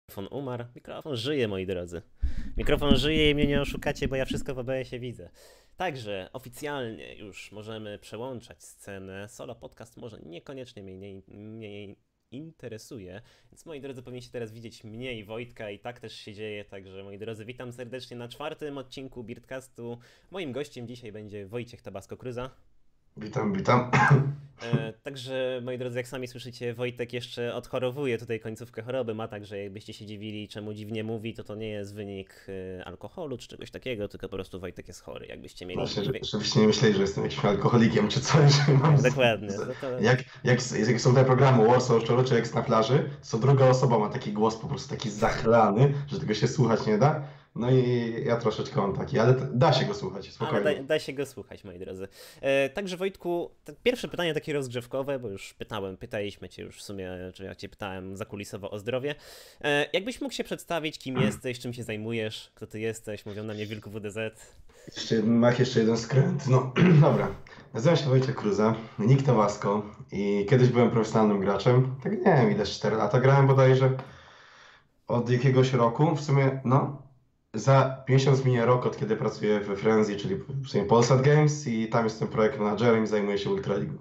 Mikrofon umarł, mikrofon żyje, moi drodzy. Mikrofon żyje i mnie nie oszukacie, bo ja wszystko w OBS-ie widzę. Także oficjalnie już możemy przełączać scenę. Solo podcast może niekoniecznie mnie interesuje, więc moi drodzy powinniście teraz widzieć mnie i Wojtka i tak też się dzieje, także moi drodzy witam serdecznie na 4. odcinku Beardcastu. Moim gościem dzisiaj będzie Wojciech Tabasco-Kryza. Witam. Także moi drodzy, jak sami słyszycie, Wojtek jeszcze odchorowuje tutaj końcówkę choroby, ma tak, że jakbyście się dziwili, czemu dziwnie mówi, to nie jest wynik alkoholu czy czegoś takiego, tylko po prostu Wojtek jest chory, jakbyście mieli... Właśnie, żebyście nie myśleli, że jestem jakimś alkoholikiem czy coś. Że mam Dokładnie. Jak są te programy Warsaw Shore czy jak na plaży, co druga osoba ma taki głos po prostu taki zachlany, że tego się słuchać nie da. No i ja troszeczkę mam taki, ale da się go słuchać, spokojnie. Ale da się go słuchać, moi drodzy. Także Wojtku, pierwsze pytanie takie rozgrzewkowe, bo już pytaliśmy cię już w sumie, czy ja cię pytałem zakulisowo o zdrowie. Jakbyś mógł się przedstawić, kim jesteś, czym się zajmujesz, kto ty jesteś, mówią na mnie Wilku WDZ. Jeszcze jeden skręt. No dobra, nazywam się Wojciech Kryza, nick Tabasco i kiedyś byłem profesjonalnym graczem, tak nie wiem ile, 4 lata grałem bodajże, od jakiegoś roku, w sumie za miesiąc minie rok, od kiedy pracuję we Frenzy, czyli w sumie Polsat Games i tam jestem projekt managerem i zajmuję się Ultra League.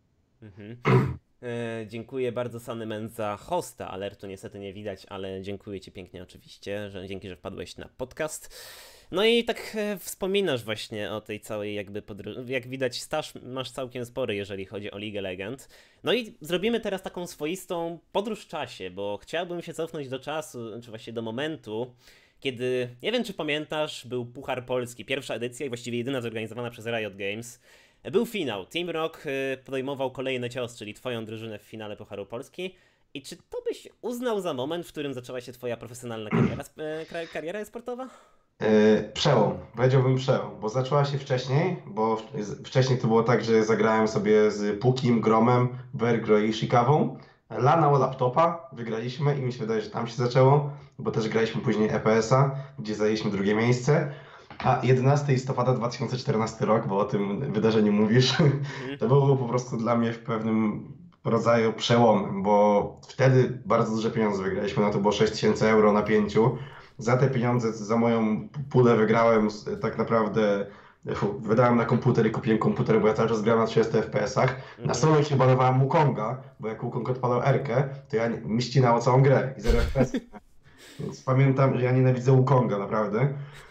Dziękuję bardzo Sanemen za hosta, alertu niestety nie widać, ale dziękuję ci pięknie oczywiście, dzięki, że wpadłeś na podcast. No i tak wspominasz właśnie o tej całej jakby jak widać staż masz całkiem spory, jeżeli chodzi o League of Legends. No i zrobimy teraz taką swoistą podróż w czasie, bo chciałbym się cofnąć do czasu, czy właśnie do momentu, kiedy, nie wiem czy pamiętasz, był Puchar Polski, pierwsza edycja i właściwie jedyna zorganizowana przez Riot Games. Był finał, Team Rock podejmował kolejny cios, czyli twoją drużynę w finale Pucharu Polski. I czy to byś uznał za moment, w którym zaczęła się twoja profesjonalna kariera sportowa? Przełom, powiedziałbym przełom, bo zaczęła się wcześniej, bo wcześniej to było tak, że zagrałem sobie z Pukim, Gromem, Vergro i Shikawą. Lana o laptopa, wygraliśmy i mi się wydaje, że tam się zaczęło, bo też graliśmy później EPS-a, gdzie zajęliśmy drugie miejsce. A 11 listopada 2014 rok, bo o tym wydarzeniu mówisz, to było po prostu dla mnie w pewnym rodzaju przełomem, bo wtedy bardzo duże pieniądze wygraliśmy, no to było 6000 euro na 5. Za te pieniądze, za moją pulę wygrałem tak naprawdę, wydałem na komputer i kupiłem komputer, bo ja cały czas grałem na 30 FPS-ach. Na solo się banowałem Wukonga, bo jak Wukong odpalał R-kę, to ja mi ścinało całą grę i 0 FPS. Więc pamiętam, że ja nienawidzę Wukonga naprawdę.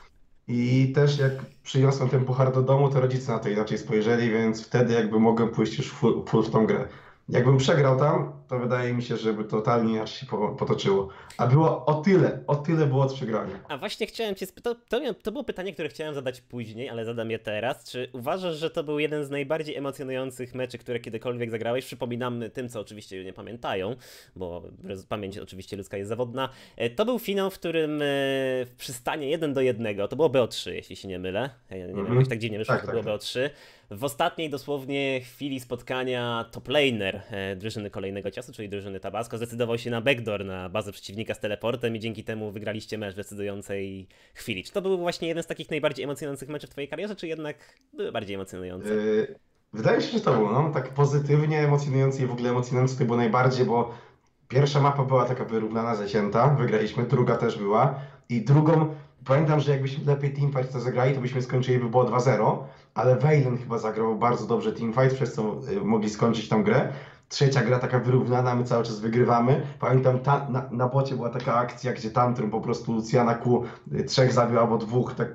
I też jak przyniosłem ten puchar do domu, to rodzice na to inaczej spojrzeli, więc wtedy jakby mogłem pójść już full w tą grę. Jakbym przegrał tam, to wydaje mi się, żeby totalnie inaczej się potoczyło. A było o tyle było od przegrania. A właśnie chciałem cię spytać, to było pytanie, które chciałem zadać później, ale zadam je teraz. Czy uważasz, że to był jeden z najbardziej emocjonujących meczy, które kiedykolwiek zagrałeś? Przypominam tym, co oczywiście nie pamiętają, bo pamięć oczywiście ludzka jest zawodna. To był finał, w którym w przystanie 1-1, to było BO3, jeśli się nie mylę. Ja nie wiem, jakoś tak dziwnie wyszło, to było BO3. W ostatniej dosłownie chwili spotkania top laner drużyny kolejnego czasu, czyli drużyny Tabasco, zdecydował się na backdoor na bazę przeciwnika z teleportem i dzięki temu wygraliście mecz w decydującej chwili. Czy to był właśnie jeden z takich najbardziej emocjonujących meczów w twojej karierze, czy jednak były bardziej emocjonujące? Wydaje mi się, że to było tak pozytywnie emocjonujące i w ogóle emocjonujące to było najbardziej, bo pierwsza mapa była taka wyrównana, zacięta, wygraliśmy, druga też była i drugą, pamiętam, że jakbyśmy lepiej teamfight to zagrali, to byśmy skończyli, by było 2-0, ale Vaylen chyba zagrał bardzo dobrze teamfight, przez co mogli skończyć tą grę. Trzecia gra taka wyrównana, my cały czas wygrywamy. Pamiętam, na bocie była taka akcja, gdzie Tantrum po prostu Luciana Q 3 zabił albo 2. Tak,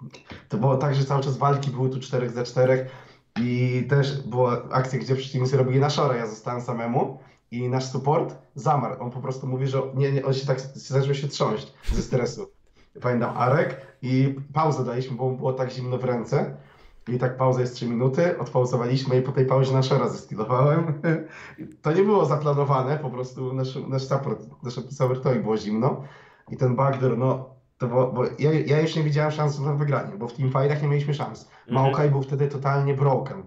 to było tak, że cały czas walki były tu 4-4 i też była akcja, gdzie przeciwnicy robili na shore, ja zostałem samemu i nasz support zamarł. On po prostu mówi, że nie, on się tak zaczął się trząść ze stresu. Pamiętam Arek i pauzę daliśmy, bo mu było tak zimno w ręce. I tak pauza jest 3 minuty, odpauzowaliśmy i po tej pauzie na Shora zestylowałem. To nie było zaplanowane, po prostu nasz supportowi było zimno. I ten backdoor, to było, bo ja już nie widziałem szans na wygranie, bo w teamfightach nie mieliśmy szans. Maokai był wtedy totalnie broken.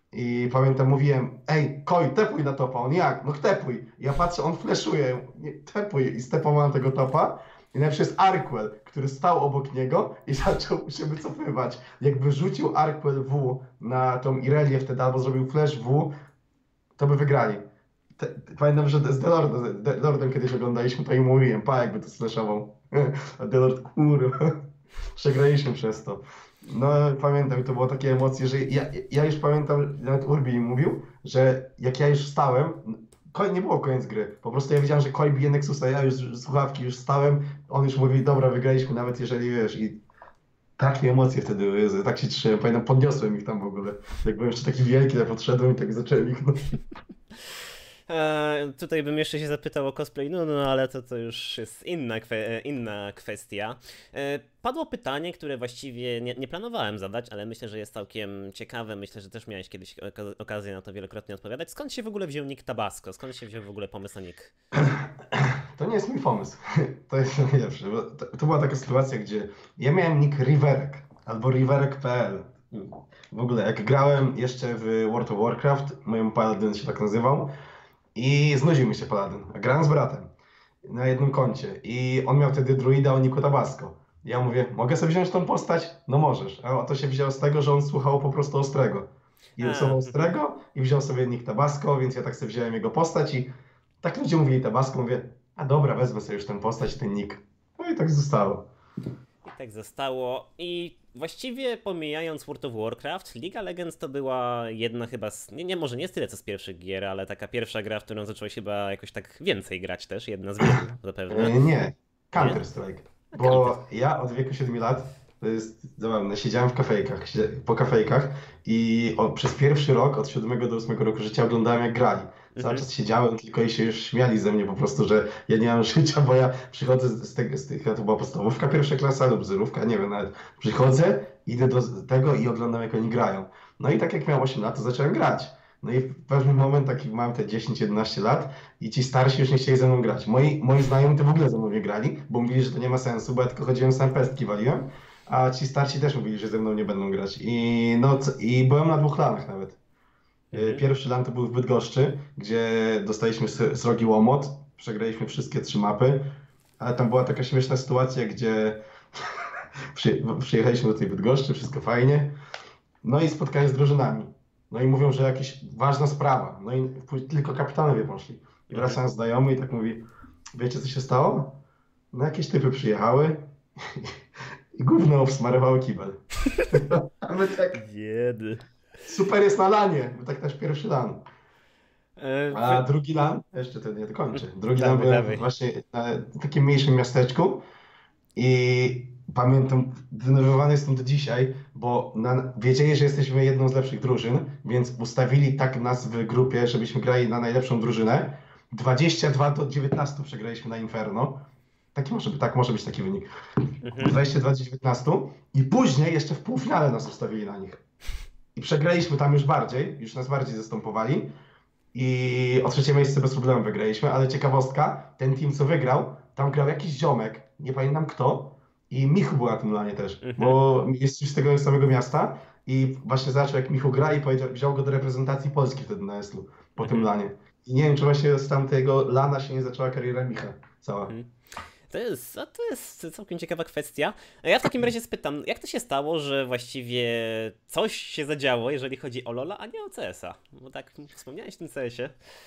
I pamiętam, mówiłem, ej, Koi, tepuj na topa. On jak? No tepuj. Ja patrzę, on flashuje. Tepuj. I stepowałem tego topa. I najlepszy jest Arkwell, który stał obok niego i zaczął się wycofywać. Jakby rzucił Arkwell W na tą Irelię wtedy, albo zrobił flash W, to by wygrali. Pamiętam, że z Delordem kiedyś oglądaliśmy, to i mówiłem, jakby to slashował. A Delord, kurwa, przegraliśmy przez to. No pamiętam i to było takie emocje, że ja już pamiętam, nawet Urbi mi mówił, że jak ja już wstałem, nie było koniec gry. Po prostu ja wiedziałem, że Koi bije Nexusa, ja już z słuchawki już wstałem, on już mówi, dobra, wygraliśmy, nawet jeżeli wiesz. I takie emocje wtedy, Jezu, tak się trzymałem, pamiętam, podniosłem ich tam w ogóle. Jak byłem jeszcze taki wielki, tak podszedłem i tak zacząłem ich. No. Tutaj bym jeszcze się zapytał o cosplay, no ale to już jest inna kwestia. Padło pytanie, które właściwie nie planowałem zadać, ale myślę, że jest całkiem ciekawe. Myślę, że też miałeś kiedyś okazję na to wielokrotnie odpowiadać. Skąd się w ogóle wziął nick Tabasco? Skąd się wziął w ogóle pomysł na nick? To nie jest mój pomysł. To jest najlepsze. Bo to była taka sytuacja, gdzie ja miałem nick Riverek albo riverek.pl. W ogóle jak grałem jeszcze w World of Warcraft, moją Paladin się tak nazywał, i znudził mi się Paladin. Grałem z bratem na jednym koncie i on miał wtedy druida o niku Tabasco. Ja mówię, mogę sobie wziąć tą postać? No możesz. A to się wzięło z tego, że on słuchał po prostu Ostrego. I słuchał Ostrego i wziął sobie nick Tabasco, więc ja tak sobie wziąłem jego postać i tak ludzie mówili Tabasco, mówię, a dobra, wezmę sobie już tę postać, ten nick. No i tak zostało. I tak zostało. I właściwie pomijając World of Warcraft, League of Legends to była jedna chyba może nie jest tyle co z pierwszych gier, ale taka pierwsza gra, w którą zacząłeś chyba jakoś tak więcej grać też, jedna z wielu zapewne. Nie, Counter-Strike. Bo ja od wieku 7 lat, to jest zabawne, siedziałem po kafejkach i przez pierwszy rok, od 7 do 8 roku życia oglądałem jak grali. Cały czas siedziałem tylko i się już śmiali ze mnie po prostu, że ja nie mam życia, bo ja przychodzę z tych, to była podstawówka, pierwsza klasa lub zerówka, nie wiem nawet. Przychodzę, idę do tego i oglądam jak oni grają. No i tak jak miałem 8 lat, to zacząłem grać. No i w pewnym moment, taki mam te 10-11 lat i ci starsi już nie chcieli ze mną grać. Moi znajomi to w ogóle ze mną nie grali, bo mówili, że to nie ma sensu, bo ja tylko chodziłem, sam pestki waliłem, a ci starsi też mówili, że ze mną nie będą grać. I byłem na 2 lanach nawet. Pierwszy LAN to był w Bydgoszczy, gdzie dostaliśmy srogi łomot, przegraliśmy wszystkie 3 mapy, ale tam była taka śmieszna sytuacja, gdzie przyjechaliśmy do tej Bydgoszczy, wszystko fajnie, no i spotkałem z drużynami. No i mówią, że jakaś ważna sprawa, no i tylko kapitanowie poszli. I wracam znajomy i tak mówi, wiecie co się stało? No jakieś typy przyjechały i gówno obsmarowały kibel. A my tak... Biedy. Super jest na lanie, bo tak też pierwszy LAN. A drugi LAN, jeszcze to nie dokończę. Drugi LAN byłem właśnie na takim mniejszym miasteczku i pamiętam, denerwowany jestem do dzisiaj, bo wiedzieli, że jesteśmy jedną z lepszych drużyn, więc ustawili tak nas w grupie, żebyśmy grali na najlepszą drużynę. 22-19 przegraliśmy na Inferno. Tak może być taki wynik. 22-19 i później jeszcze w półfinale nas ustawili na nich. I przegraliśmy tam już nas bardziej zastępowali i o 3 miejsce bez problemu wygraliśmy, ale ciekawostka, ten team co wygrał, tam grał jakiś ziomek, nie pamiętam kto i Michu był na tym lanie też, bo jest już z tego samego miasta i właśnie zaczął jak Michu gra i wziął go do reprezentacji Polski wtedy na Eslu po tym lanie. I nie wiem, czy właśnie z tamtego lana się nie zaczęła kariera Micha cała. To jest całkiem ciekawa kwestia. A ja w takim razie spytam, jak to się stało, że właściwie coś się zadziało, jeżeli chodzi o LoL'a, a nie o CS-a? Bo tak wspomniałeś w tym CS-ie.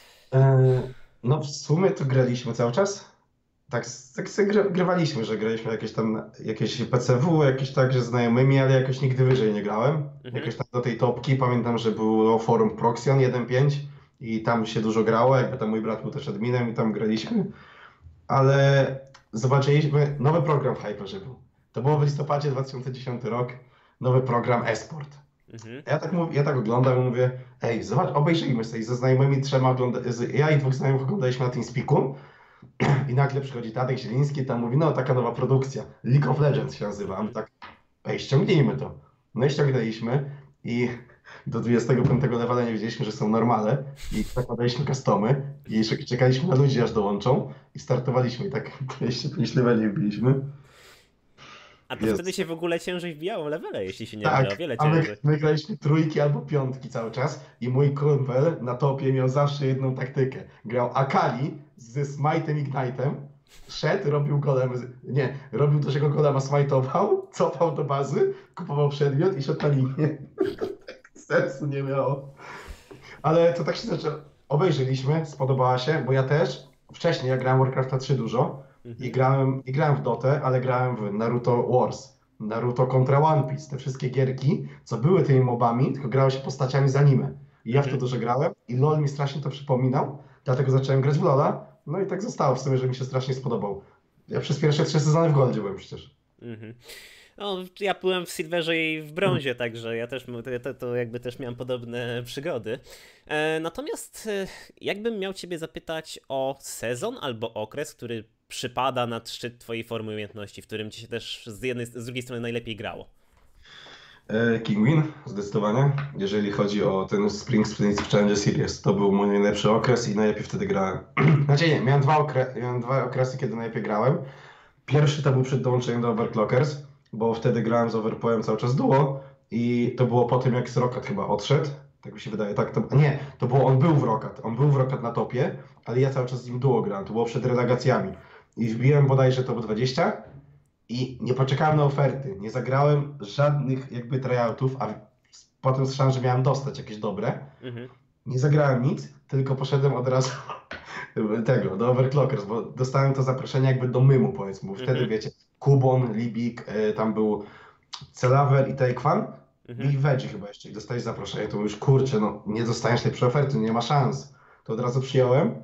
No w sumie to graliśmy cały czas. Tak sobie grywaliśmy, że graliśmy jakieś PCW, jakieś tak, że znajomymi, ale jakoś nigdy wyżej nie grałem. Jakoś tak do tej topki. Pamiętam, że było forum Proxion 1.5 i tam się dużo grało, jakby tam mój brat był też adminem i tam graliśmy. Ale zobaczyliśmy nowy program w Hyperze był. To było w listopadzie 2010 rok. Nowy program e-sport. Ja tak oglądam i mówię, ej, zobacz, obejrzyjmy sobie. Ze znajomymi 3 ja i 2 znajomych oglądaliśmy na TeamSpeaku i nagle przychodzi Tadek Zieliński i tam mówi, no taka nowa produkcja, League of Legends się nazywa. A my tak, ej, ściągnijmy to. No i ściągnęliśmy i do 25 levela nie wiedzieliśmy, że są normale i zakładaliśmy customy i czekaliśmy na ludzi, aż dołączą i startowaliśmy i tak 25 leveli wbiliśmy. A to wtedy się w ogóle ciężej wbijało levele, jeśli się nie tak, mylę, o wiele ciężej. My graliśmy 3 albo 5 cały czas i mój kumpel na topie miał zawsze jedną taktykę. Grał Akali ze Smite'em Ignite'em, szedł, robił to, że go golema smite'ował, cofał do bazy, kupował przedmiot i szedł na linię. Sensu nie miało. Ale to tak się zaczęło. obejrzeliśmy, spodobała się, bo ja też wcześniej ja grałem w Warcrafta 3 dużo Mhm. i grałem w Dotę, ale grałem w Naruto Wars, Naruto kontra One Piece, te wszystkie gierki, co były tymi mobami, tylko grało się postaciami z anime. I ja w to Mhm. dużo grałem i LoL mi strasznie to przypominał, dlatego zacząłem grać w LoLa, no i tak zostało w sumie, że mi się strasznie spodobał. Ja przez pierwsze 3 sezony w Goldzie byłem przecież. Mhm. No, ja byłem w Silverze i w brązie, także ja też to jakby też miałem podobne przygody. Natomiast jakbym miał ciebie zapytać o sezon albo okres, który przypada na szczyt twojej formy umiejętności, w którym ci się też z drugiej strony najlepiej grało. Kingwin, zdecydowanie. Jeżeli chodzi o ten Spring Sprints w Challenge Series, to był mój najlepszy okres i najlepiej wtedy grałem. Znaczy nie, miałem dwa okresy, kiedy najlepiej grałem. Pierwszy to był przed dołączeniem do Overclockers, bo wtedy grałem z Overpołem cały czas duo i to było po tym, jak Zrokat chyba odszedł. Tak mi się wydaje, tak? Nie, to było, on był w Rokat na topie, ale ja cały czas z nim duo grałem, to było przed relegacjami. I wbiłem bodajże top 20 i nie poczekałem na oferty, nie zagrałem żadnych jakby tryoutów, a potem słyszałem, że miałem dostać jakieś dobre. Mhm. Nie zagrałem nic, tylko poszedłem od razu do Overclockers, bo dostałem to zaproszenie jakby do mymu, powiedzmy, bo wtedy Mhm. wiecie, Kubon, Libik, tam był Celaver i Takefan Mhm. i Veggie chyba jeszcze i dostałeś zaproszenie, to już kurczę, no nie dostaniesz tej oferty, nie ma szans. To od razu przyjąłem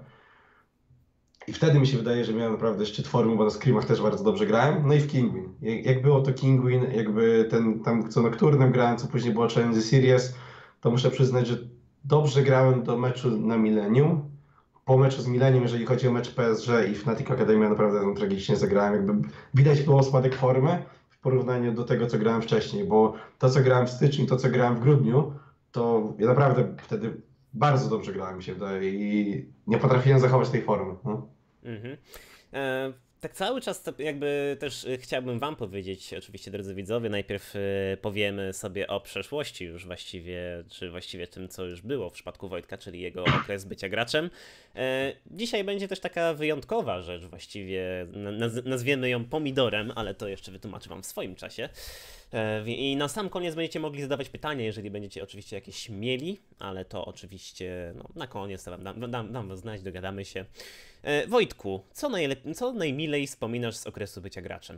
i wtedy mi się wydaje, że miałem naprawdę szczyt formy, bo na scrimach też bardzo dobrze grałem. No i w Kingwin. Jak było to Kingwin, jakby ten tam co Nocturnem grałem, co później było Challenge Series, to muszę przyznać, że dobrze grałem do meczu na Millennium. Po meczu z Millennium, jeżeli chodzi o mecz PSG i Fnatic Academia, naprawdę tam tragicznie zagrałem. Jakby widać było spadek formy w porównaniu do tego, co grałem wcześniej, bo to, co grałem w styczniu, to, co grałem w grudniu, to ja naprawdę wtedy bardzo dobrze grałem, mi się wydaje, i nie potrafiłem zachować tej formy. No. Mhm. Tak cały czas to jakby też chciałbym wam powiedzieć, oczywiście drodzy widzowie, najpierw powiemy sobie o przeszłości już właściwie, czy właściwie tym, co już było w przypadku Wojtka, czyli jego okres bycia graczem. Dzisiaj będzie też taka wyjątkowa rzecz, właściwie nazwiemy ją pomidorem, ale to jeszcze wytłumaczę wam w swoim czasie. I na sam koniec będziecie mogli zadawać pytania, jeżeli będziecie oczywiście jakieś mieli, ale to oczywiście no, na koniec to dam wam znać, dogadamy się. Wojtku, co najmilej wspominasz z okresu bycia graczem?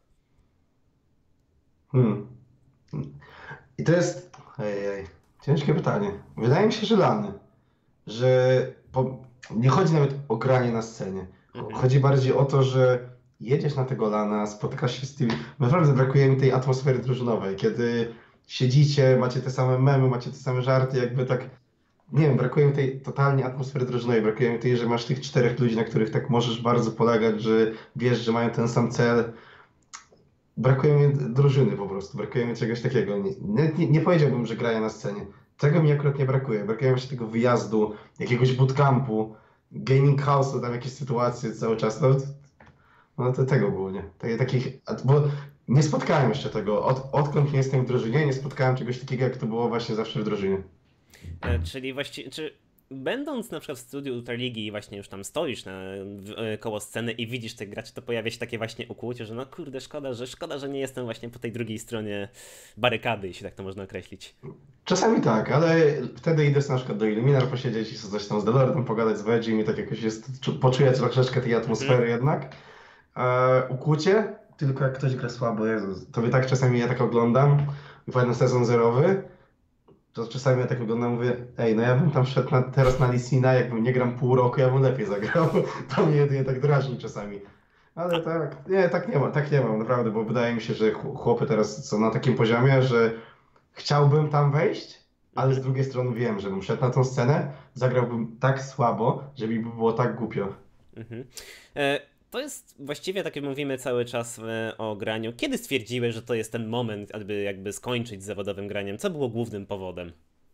Hmm. I to jest, ciężkie pytanie. Wydaje mi się, że lany, że nie chodzi nawet o granie na scenie. Mhm. Chodzi bardziej o to, że jedziesz na tego lana, spotykasz się z tymi. Naprawdę brakuje mi tej atmosfery drużynowej, kiedy siedzicie, macie te same memy, macie te same żarty, jakby tak. Nie wiem, brakuje mi tej totalnie atmosfery drużynowej. Brakuje mi tej, że masz tych 4 ludzi, na których tak możesz bardzo polegać, że wiesz, że mają ten sam cel. Brakuje mi drużyny po prostu, brakuje mi czegoś takiego. Nie powiedziałbym, że grają na scenie. Tego mi akurat nie brakuje. Brakuje mi się tego wyjazdu, jakiegoś bootcampu, gaming house'u, tam jakieś sytuacje cały czas. No to tego ogólnie. Bo nie spotkałem jeszcze tego. Odkąd nie jestem w drużynie, nie spotkałem czegoś takiego, jak to było właśnie zawsze w drużynie. Czyli właściwie, czy będąc na przykład w studiu Ultraligi i właśnie już tam stoisz koło sceny i widzisz tych graczy, to pojawia się takie właśnie ukłucie, że no kurde, szkoda, że nie jestem właśnie po tej drugiej stronie barykady, jeśli tak to można określić. Czasami tak, ale wtedy idę sobie na przykład do Illuminar posiedzieć i sobie coś tam z Delordem pogadać z Veggie i tak jakoś jest, poczuję troszeczkę tej Mhm. atmosfery jednak. Ukłucie, tylko jak ktoś gra słabo, Jezus, to tak czasami ja tak oglądam i pamiętam sezon zerowy, to czasami ja tak oglądam i mówię, ej, no ja bym tam szedł teraz na Lissina, jakbym nie gram pół roku, ja bym lepiej zagrał. To mnie jedynie tak drażni czasami. A, Ale tak, nie, tak nie mam, naprawdę, bo wydaje mi się, że chłopy teraz są na takim poziomie, że chciałbym tam wejść, ale z mhm. drugiej strony wiem, że bym szedł na tą scenę, zagrałbym tak słabo, że mi by było tak głupio. Mhm. To jest właściwie, tak jak mówimy cały czas o graniu. Kiedy stwierdziłeś, że to jest ten moment, aby jakby skończyć z zawodowym graniem? Co było głównym powodem?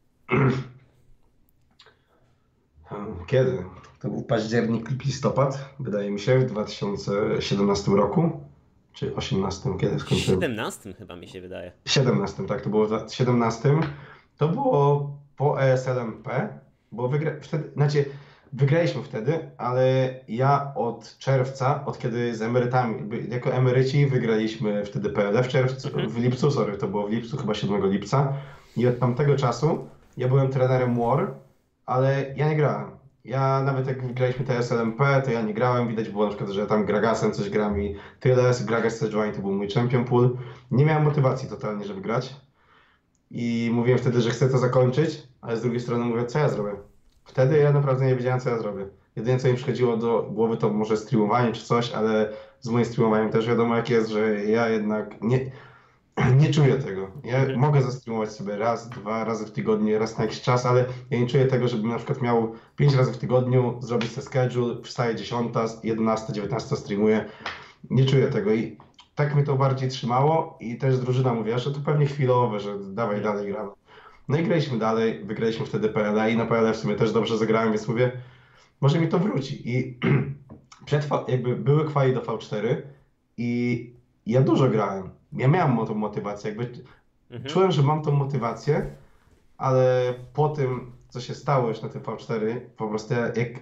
Kiedy? To był październik lub listopad, wydaje mi się, w 2017 roku, czy 18, kiedy W skończyłem? 17 chyba mi się wydaje. 17, tak, to było w 2017. To było po ESLMP, bo wtedy, znaczy wygraliśmy wtedy, ale ja od czerwca, od kiedy z emerytami, jako emeryci wygraliśmy wtedy PLF w czerwcu, Mhm. w lipcu, sorry, to było w lipcu, chyba 7 lipca. I od tamtego czasu ja byłem trenerem War, ale ja nie grałem. Ja nawet jak graliśmy te SLMP, to ja nie grałem, widać było na przykład, że tam Gragasem coś gra mi tyle, Gragas Sejuani to był mój champion pool. Nie miałem motywacji totalnie, żeby grać i mówiłem wtedy, że chcę to zakończyć, ale z drugiej strony mówię, co ja zrobię? Wtedy ja naprawdę nie wiedziałem, co ja zrobię. Jedyne, co mi przychodziło do głowy, to może streamowanie czy coś, ale z moim streamowaniem też wiadomo jak jest, że ja jednak nie czuję tego. Ja Mhm. mogę zastreamować sobie raz, dwa razy w tygodniu, raz na jakiś czas, ale ja nie czuję tego, żebym na przykład miał 5 razy w tygodniu, zrobić sobie schedule, wstaję 10, 11, 19 streamuję. Nie czuję tego i tak mnie to bardziej trzymało i też drużyna mówiła, że to pewnie chwilowe, że dawaj Mhm. dalej gramy. No i graliśmy dalej, wygraliśmy wtedy PLE i na PLE w sumie też dobrze zagrałem, więc mówię, może mi to wróci. I jakby były kwali do V4 i ja dużo grałem. Ja miałem tą motywację, jakby Mhm. czułem, że mam tą motywację, ale po tym, co się stało już na tym V4, po prostu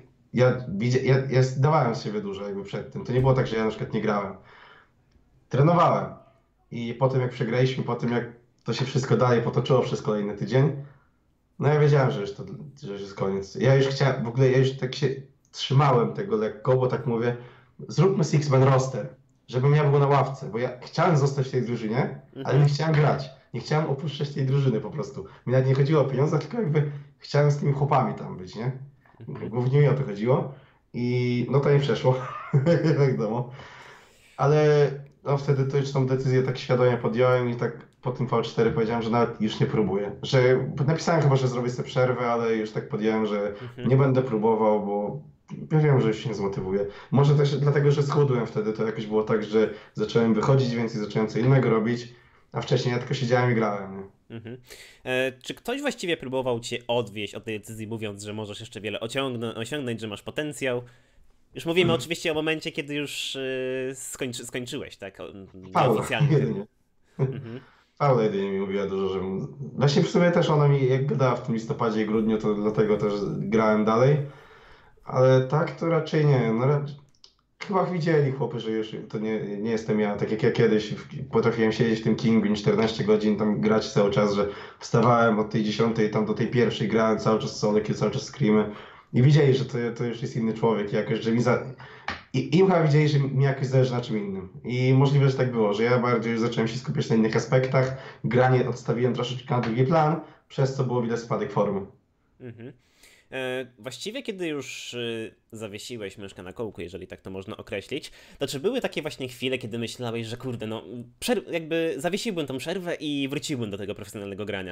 ja dawałem z siebie dużo jakby przed tym. To nie było tak, że ja na przykład nie grałem. Trenowałem. I po tym, jak przegraliśmy, po tym, jak to się wszystko dalej potoczyło przez kolejny tydzień, no ja wiedziałem, że już jest koniec. Ja już chciałem, w ogóle ja już tak się trzymałem tego lekko, bo tak mówię, zróbmy six-man roster, żebym ja był na ławce, bo ja chciałem zostać w tej drużynie, ale nie Mhm. chciałem grać. Nie chciałem opuszczać tej drużyny po prostu. Mi nawet nie chodziło o pieniądze, tylko jakby chciałem z tymi chłopami tam być, nie? Mhm. Głównie mi o to chodziło. I no to nie przeszło, wiadomo. Ale no wtedy to już tą decyzję tak świadomie podjąłem i tak po tym V4 powiedziałem, że nawet już nie próbuję. Że napisałem chyba, że zrobię sobie przerwę, ale już tak podjąłem, że Mhm. nie będę próbował, bo ja wiem, że już się nie zmotywuję. Może też dlatego, że schudłem wtedy, to jakoś było tak, że zacząłem wychodzić więcej, zacząłem co innego robić, a wcześniej ja tylko siedziałem i grałem. Nie? Mhm. Czy ktoś właściwie próbował cię odwieść od tej decyzji, mówiąc, że możesz jeszcze wiele osiągnąć, że masz potencjał? Już mówimy oczywiście o momencie, kiedy już skończyłeś, tak? Paula, Nieoficjalnie ten. jedynie. Mhm. Paula jedynie mi mówiła dużo, że... Właśnie w sumie też ona mi, jak gadała w tym listopadzie i grudniu, to dlatego też grałem dalej. Ale tak to raczej nie. No, chyba widzieli chłopy, że już to nie jestem ja. Tak jak ja kiedyś potrafiłem siedzieć w tym Kingu 14 godzin, tam grać cały czas, że wstawałem od tej 10 tam do tej pierwszej, grałem cały czas solo, cały czas screamy. I widzieli, że to już jest inny człowiek jakoś, że im chyba widzieli, że mi jakoś zależy na czym innym. I możliwe, że tak było, że ja bardziej już zacząłem się skupiać na innych aspektach. Granie odstawiłem troszeczkę na drugi plan, przez co było widać spadek formy. Mhm. Właściwie, kiedy już zawiesiłeś myszkę na kołku, jeżeli tak to można określić, to czy były takie właśnie chwile, kiedy myślałeś, że kurde, no, jakby zawiesiłbym tą przerwę i wróciłbym do tego profesjonalnego grania?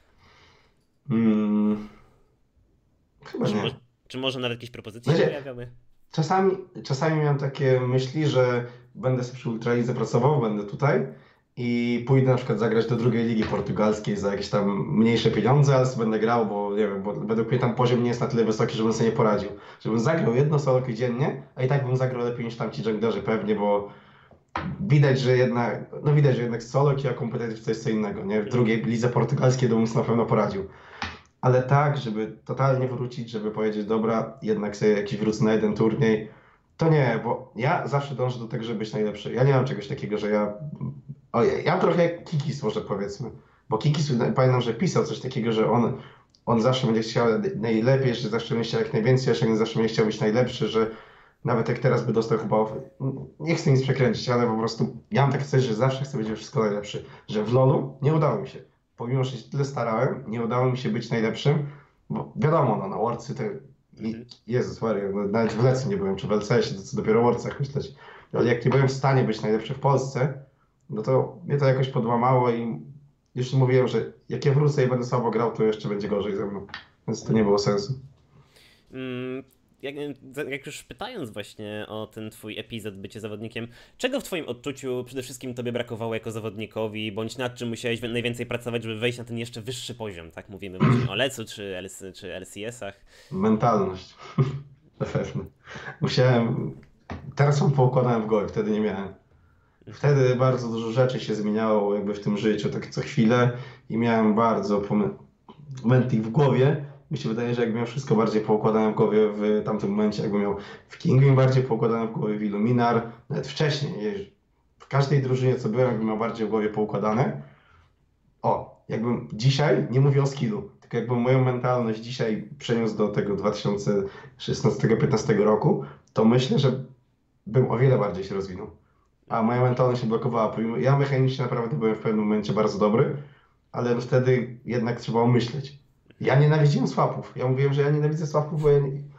Hmm, chyba Czy, nie. mo czy może nawet jakieś propozycje się Znaczy, pojawiały? czasami miałem takie myśli, że będę sobie przy Ultralidze pracował, będę tutaj i pójdę na przykład zagrać do drugiej ligi portugalskiej za jakieś tam mniejsze pieniądze, ale sobie będę grał, bo nie wiem, bo według mnie tam poziom nie jest na tyle wysoki, żebym sobie nie poradził. Żebym zagrał jedno solo dziennie, a i tak bym zagrał lepiej niż tamci junglerzy pewnie, bo widać, że jednak solo a competitive to jest co innego, nie? W Mhm. drugiej lidze portugalskiej to bym sobie na pewno poradził. Ale tak, żeby totalnie wrócić, żeby powiedzieć, dobra, jednak sobie jakiś wrócę na jeden turniej, to nie, bo ja zawsze dążę do tego, żeby być najlepszy. Ja nie mam czegoś takiego, że ja... O, ja mam trochę jak Kikis może powiedzmy, bo Kikis pamiętam, że pisał coś takiego, że on zawsze będzie chciał najlepiej, że zawsze będzie chciał jak najwięcej osiągnąć, zawsze będzie chciał być najlepszy, że nawet jak teraz by dostał chyba... Nie chcę nic przekręcić, ale po prostu ja mam takie coś, że zawsze chcę być we wszystko najlepszy, że w LoLu nie udało mi się pomimo, że się tyle starałem, nie udało mi się być najlepszym, bo wiadomo, no, na Worldsy to Mhm. Jezus Maria, no, nawet w Lecy nie byłem, czy w LCS-ie, to co dopiero o Worldsach myśleć. Ale jak nie byłem w stanie być najlepszy w Polsce, no to mnie to jakoś podłamało i już mówiłem, że jak ja wrócę i będę słabo grał, to jeszcze będzie gorzej ze mną. Więc to nie było sensu. Mm, Jak, jak już pytając właśnie o ten twój epizod bycie zawodnikiem, czego w twoim odczuciu przede wszystkim tobie brakowało jako zawodnikowi, bądź nad czym musiałeś najwięcej pracować, żeby wejść na ten jeszcze wyższy poziom, tak? Mówimy właśnie o LEC-u czy LCS-ach. Mentalność. Na pewno. Musiałem... Teraz mam poukładałem w głowie, wtedy nie miałem. Mhm. Wtedy bardzo dużo rzeczy się zmieniało jakby w tym życiu, tak co chwilę i miałem bardzo momenty w głowie. Mi się wydaje, że jakbym miał wszystko bardziej poukładane w głowie w tamtym momencie, jakbym miał w Kingwin bardziej poukładane w głowie, w Illuminar, nawet wcześniej, w każdej drużynie co byłem, jakbym miał bardziej w głowie poukładane. O, jakbym dzisiaj, nie mówię o skillu, tylko jakbym moją mentalność dzisiaj przeniósł do tego 2016-15 roku, to myślę, że bym o wiele bardziej się rozwinął. A moja mentalność się blokowała. Ja mechanicznie naprawdę byłem w pewnym momencie bardzo dobry, ale wtedy jednak trzeba myśleć. Ja nienawidziłem swapów. Ja mówiłem, że ja nienawidzę swapów, bo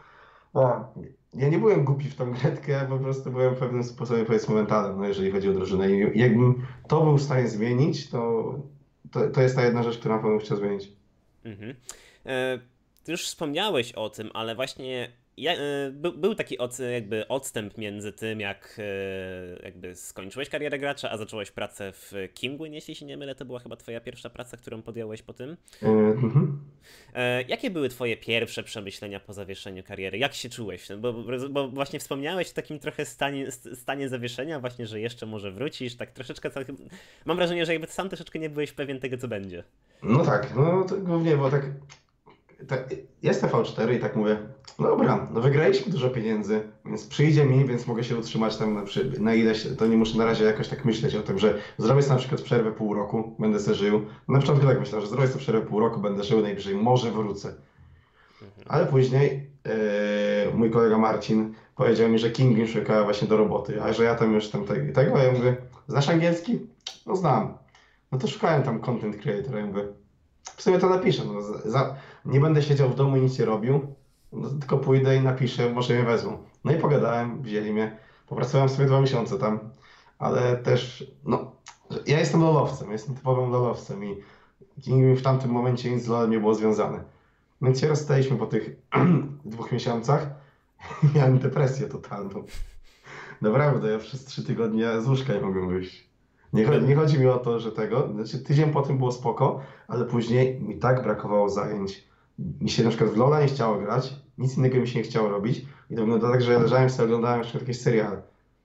ja nie byłem głupi w tą gretkę, po prostu byłem w pewnym sposobie, powiedzmy, mentalem, no, jeżeli chodzi o drużynę. I jakbym to był w stanie zmienić, to jest ta jedna rzecz, którą na pewno chciał zmienić. Mhm. Ty już wspomniałeś o tym, ale właśnie był taki jakby odstęp między tym, jak jakby skończyłeś karierę gracza, a zacząłeś pracę w Kinguin, jeśli się nie mylę, to była chyba twoja pierwsza praca, którą podjąłeś po tym. Mhm. Jakie były twoje pierwsze przemyślenia po zawieszeniu kariery? Jak się czułeś? Bo właśnie wspomniałeś o takim trochę stanie zawieszenia, właśnie, że jeszcze może wrócisz, tak troszeczkę, mam wrażenie, że jakby sam troszeczkę nie byłeś pewien tego, co będzie. No tak, no to głównie, bo tak jest TV4 i tak mówię, no dobra, no wygraliśmy dużo pieniędzy, więc przyjdzie mi, więc mogę się utrzymać tam na ileś, to nie muszę na razie jakoś tak myśleć o tym, że zrobię sobie na przykład przerwę pół roku, będę sobie żył. Na początku tak myślałem, że zrobię sobie przerwę pół roku, będę żył, najwyżej może wrócę. Ale później mój kolega Marcin powiedział mi, że Kinguin szuka właśnie do roboty, a że ja tam już tam tego, a ja mówię, znasz angielski? No znam. No to szukałem tam content creatora, ja mówię, w sumie to napiszę, no, nie będę siedział w domu i nic nie robił, no, tylko pójdę i napiszę, może mnie wezmą. No i pogadałem, wzięli mnie, popracowałem sobie 2 miesiące tam, ale też, no, ja jestem lolowcem, jestem typowym lolowcem i Kinguin w tamtym momencie nic z LoLem nie było związane. Więc się rozstaliśmy po tych 2 miesiącach i miałem depresję totalną. Naprawdę, ja przez 3 tygodnie z łóżka nie mogłem wyjść. Nie chodzi mi o to, że znaczy tydzień po tym było spoko, ale później mi tak brakowało zajęć. Mi się na przykład w Lola nie chciało grać, nic innego mi się nie chciało robić i to wygląda tak, że ja leżałem sobie, oglądałem na przykład jakieś seriale.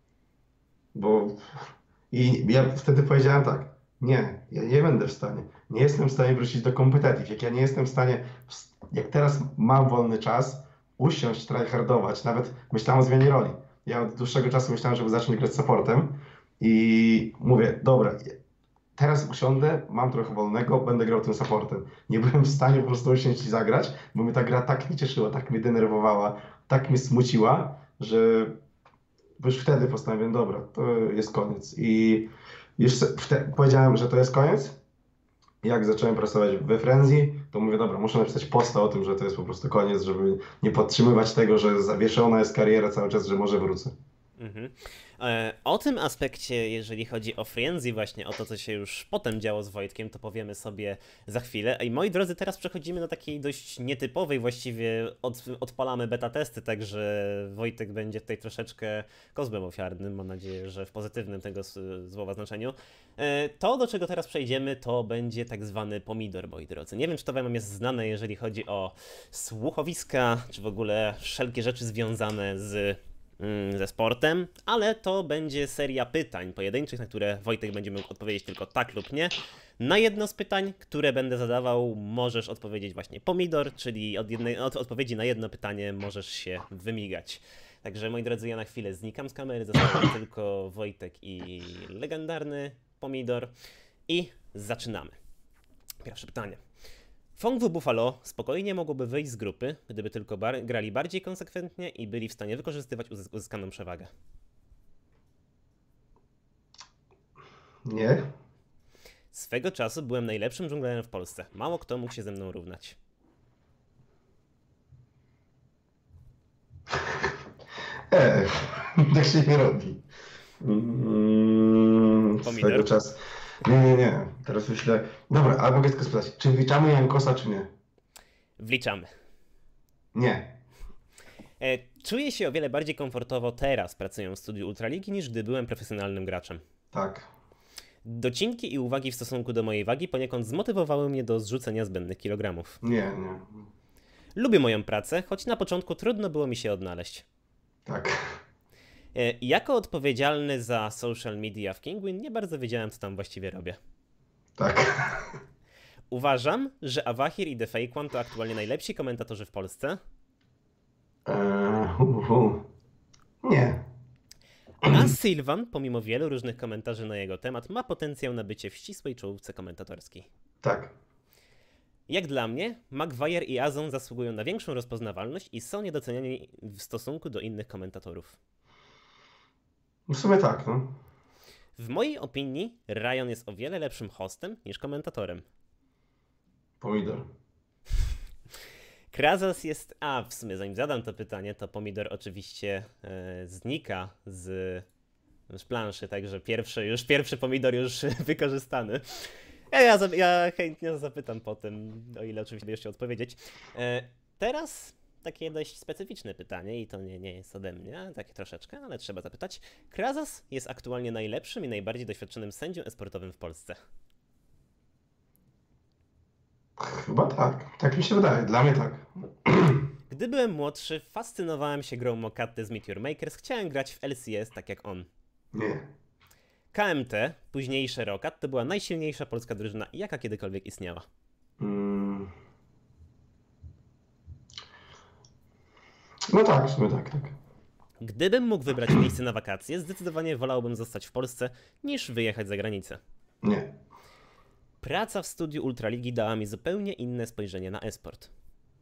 Bo i ja wtedy powiedziałem tak, nie, ja nie będę w stanie, nie jestem w stanie wrócić do competitive, jak ja nie jestem w stanie, jak teraz mam wolny czas, usiąść, tryhardować, nawet myślałem o zmianie roli. Ja od dłuższego czasu myślałem, żeby zacząć grać supportem i mówię, dobra, teraz usiądę, mam trochę wolnego, będę grał tym supportem. Nie byłem w stanie po prostu usiąść i zagrać, bo mnie ta gra tak mnie cieszyła, tak mnie denerwowała, tak mnie smuciła, że już wtedy postanowiłem, dobra, to jest koniec. I już powiedziałem, że to jest koniec. Jak zacząłem pracować we Frenzy, to mówię, dobra, muszę napisać posta o tym, że to jest po prostu koniec, żeby nie podtrzymywać tego, że zawieszona jest kariera cały czas, że może wrócę. Mhm. O tym aspekcie, jeżeli chodzi o Frenzy, właśnie o to, co się już potem działo z Wojtkiem, to powiemy sobie za chwilę. I moi drodzy, teraz przechodzimy do takiej dość nietypowej, właściwie odpalamy beta testy, także Wojtek będzie tutaj troszeczkę kozłem ofiarnym, mam nadzieję, że w pozytywnym tego słowa znaczeniu. To, do czego teraz przejdziemy, to będzie tak zwany pomidor, moi drodzy. Nie wiem, czy to wam jest znane, jeżeli chodzi o słuchowiska, czy w ogóle wszelkie rzeczy związane ze sportem, ale to będzie seria pytań pojedynczych, na które Wojtek będzie mógł odpowiedzieć tylko tak lub nie. Na jedno z pytań, które będę zadawał, możesz odpowiedzieć właśnie pomidor, czyli od odpowiedzi na jedno pytanie możesz się wymigać. Także moi drodzy, ja na chwilę znikam z kamery, zostawiam tylko Wojtek i legendarny pomidor i zaczynamy. Pierwsze pytanie. Fongwu Buffalo spokojnie mogłoby wyjść z grupy, gdyby tylko grali bardziej konsekwentnie i byli w stanie wykorzystywać uzyskaną przewagę. Nie? Swego czasu byłem najlepszym dżunglerem w Polsce. Mało kto mógł się ze mną równać. Tak się nie robi. Swego czasu. Nie. Teraz myślę. Dobra, ale mogę tylko spytać, czy wliczamy Jankosa, czy nie? Wliczamy. Nie. Czuję się o wiele bardziej komfortowo teraz, pracując w studiu Ultraligi, niż gdy byłem profesjonalnym graczem. Tak. Docinki i uwagi w stosunku do mojej wagi poniekąd zmotywowały mnie do zrzucenia zbędnych kilogramów. Nie. Lubię moją pracę, choć na początku trudno było mi się odnaleźć. Tak. Jako odpowiedzialny za social media w Kinguin nie bardzo wiedziałem, co tam właściwie robię. Tak. Uważam, że Awahir i The Fake One to aktualnie najlepsi komentatorzy w Polsce. Nie. A Sylvan, pomimo wielu różnych komentarzy na jego temat, ma potencjał na bycie w ścisłej czołówce komentatorskiej. Tak. Jak dla mnie, Maguire i Azon zasługują na większą rozpoznawalność i są niedoceniani w stosunku do innych komentatorów. W sumie tak, no. W mojej opinii Ryan jest o wiele lepszym hostem niż komentatorem. Pomidor. Krazos jest... A, w sumie zanim zadam to pytanie, to Pomidor oczywiście znika z planszy, także pierwszy Pomidor już wykorzystany. Ja chętnie zapytam potem, o ile oczywiście będziesz chciał odpowiedzieć. Teraz takie dość specyficzne pytanie i to nie jest ode mnie, takie troszeczkę, ale trzeba zapytać. Krazos jest aktualnie najlepszym i najbardziej doświadczonym sędzią esportowym w Polsce. Chyba tak. Tak mi się wydaje. Dla mnie tak. Gdy byłem młodszy, fascynowałem się grą Mokaty z Meteor Makers. Chciałem grać w LCS tak jak on. Nie. KMT, późniejsze Rokat, to była najsilniejsza polska drużyna, jaka kiedykolwiek istniała. No tak, w sumie tak. Gdybym mógł wybrać miejsce na wakacje, zdecydowanie wolałbym zostać w Polsce, niż wyjechać za granicę. Nie. Praca w studiu Ultraligi dała mi zupełnie inne spojrzenie na esport.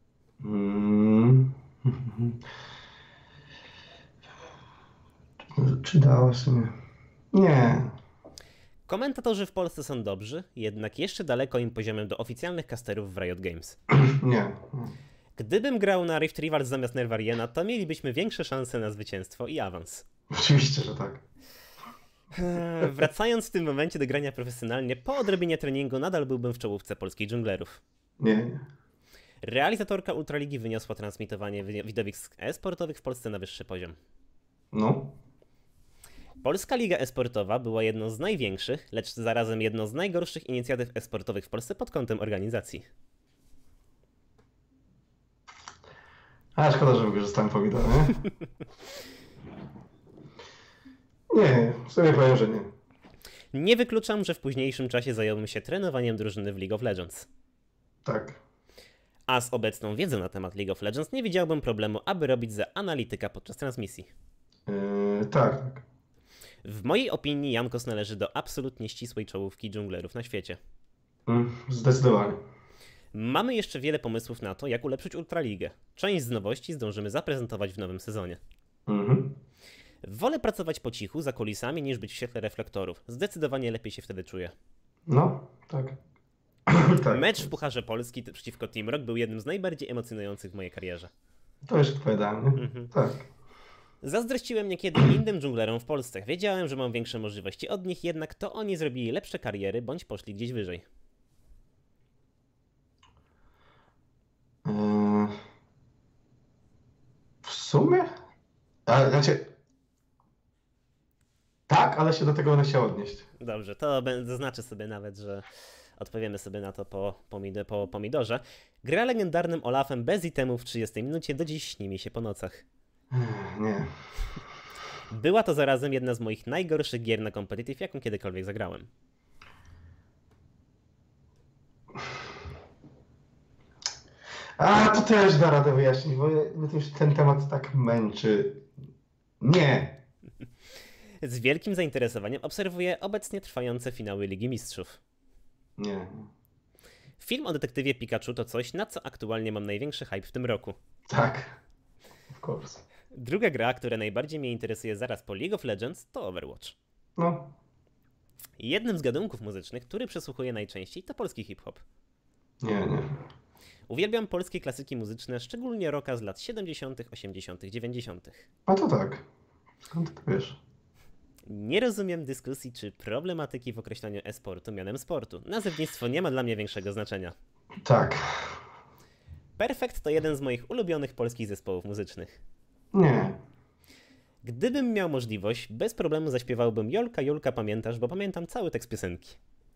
Czy dała w sumie? Nie. Komentatorzy w Polsce są dobrzy, jednak jeszcze daleko im poziomem do oficjalnych casterów w Riot Games. Nie. Gdybym grał na Rift Rivals zamiast Nervariena, to mielibyśmy większe szanse na zwycięstwo i awans. Oczywiście, że tak. Wracając w tym momencie do grania profesjonalnie, po odrobinie treningu nadal byłbym w czołówce polskich dżunglerów. Nie. Realizatorka Ultraligi wyniosła transmitowanie widowisk e-sportowych w Polsce na wyższy poziom. No. Polska Liga E-sportowa była jedną z największych, lecz zarazem jedną z najgorszych inicjatyw e-sportowych w Polsce pod kątem organizacji. A szkoda, że wykorzystałem pomidor, nie? Nie, w sumie powiem, że nie. Nie wykluczam, że w późniejszym czasie zająłbym się trenowaniem drużyny w League of Legends. Tak. A z obecną wiedzą na temat League of Legends nie widziałbym problemu, aby robić za analityka podczas transmisji. Tak. W mojej opinii Jankos należy do absolutnie ścisłej czołówki dżunglerów na świecie. Zdecydowanie. Mamy jeszcze wiele pomysłów na to, jak ulepszyć Ultraligę. Część z nowości zdążymy zaprezentować w nowym sezonie. Wolę pracować po cichu, za kulisami, niż być w świetle reflektorów. Zdecydowanie lepiej się wtedy czuję. No, tak. Tak. Mecz w Pucharze Polski przeciwko Team Rock był jednym z najbardziej emocjonujących w mojej karierze. To już odpowiadałem, nie? Tak. Zazdrościłem niekiedy innym dżunglerom w Polsce. Wiedziałem, że mam większe możliwości od nich, jednak to oni zrobili lepsze kariery, bądź poszli gdzieś wyżej. W sumie? Znaczy... Tak, ale się do tego będę chciał odnieść. Dobrze, to zaznaczę sobie nawet, że odpowiemy sobie na to po pomidorze. Gra legendarnym Olafem bez itemów w 30 minucie do dziś śni mi się po nocach. Nie. Była to zarazem jedna z moich najgorszych gier na competitive, jaką kiedykolwiek zagrałem. To też da radę wyjaśnić, bo mnie już ten temat tak męczy. Nie. Z wielkim zainteresowaniem obserwuję obecnie trwające finały Ligi Mistrzów. Nie. Film o detektywie Pikachu to coś, na co aktualnie mam największy hype w tym roku. Tak. Of course. Druga gra, która najbardziej mnie interesuje zaraz po League of Legends, to Overwatch. No. Jednym z gatunków muzycznych, który przesłuchuję najczęściej, to polski hip-hop. Nie. Uwielbiam polskie klasyki muzyczne, szczególnie rocka z lat 70., 80., 90. A to tak. Skąd to wiesz? Nie rozumiem dyskusji czy problematyki w określaniu e-sportu mianem sportu. Nazewnictwo nie ma dla mnie większego znaczenia. Tak. Perfect to jeden z moich ulubionych polskich zespołów muzycznych. Nie. Gdybym miał możliwość, bez problemu zaśpiewałbym Jolka, Jolka, pamiętasz, bo pamiętam cały tekst piosenki.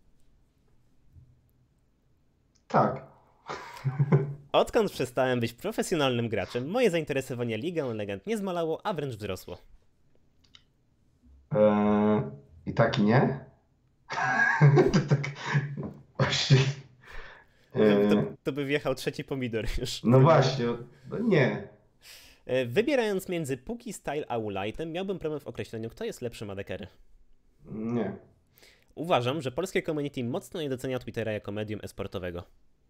Tak. Odkąd przestałem być profesjonalnym graczem, moje zainteresowanie Ligą Legend nie zmalało, a wręcz wzrosło. I tak i nie? To tak... Właśnie... To by wjechał trzeci pomidor już. No właśnie, nie. Wybierając między Puki Style a Woolightem, miałbym problem w określeniu, kto jest lepszy Madekery. Nie. Uważam, że polskie community mocno nie docenia Twittera jako medium esportowego.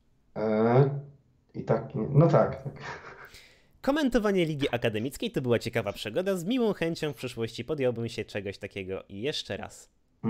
I tak, no tak. Komentowanie ligi akademickiej to była ciekawa przygoda. Z miłą chęcią w przyszłości podjąłbym się czegoś takiego jeszcze raz.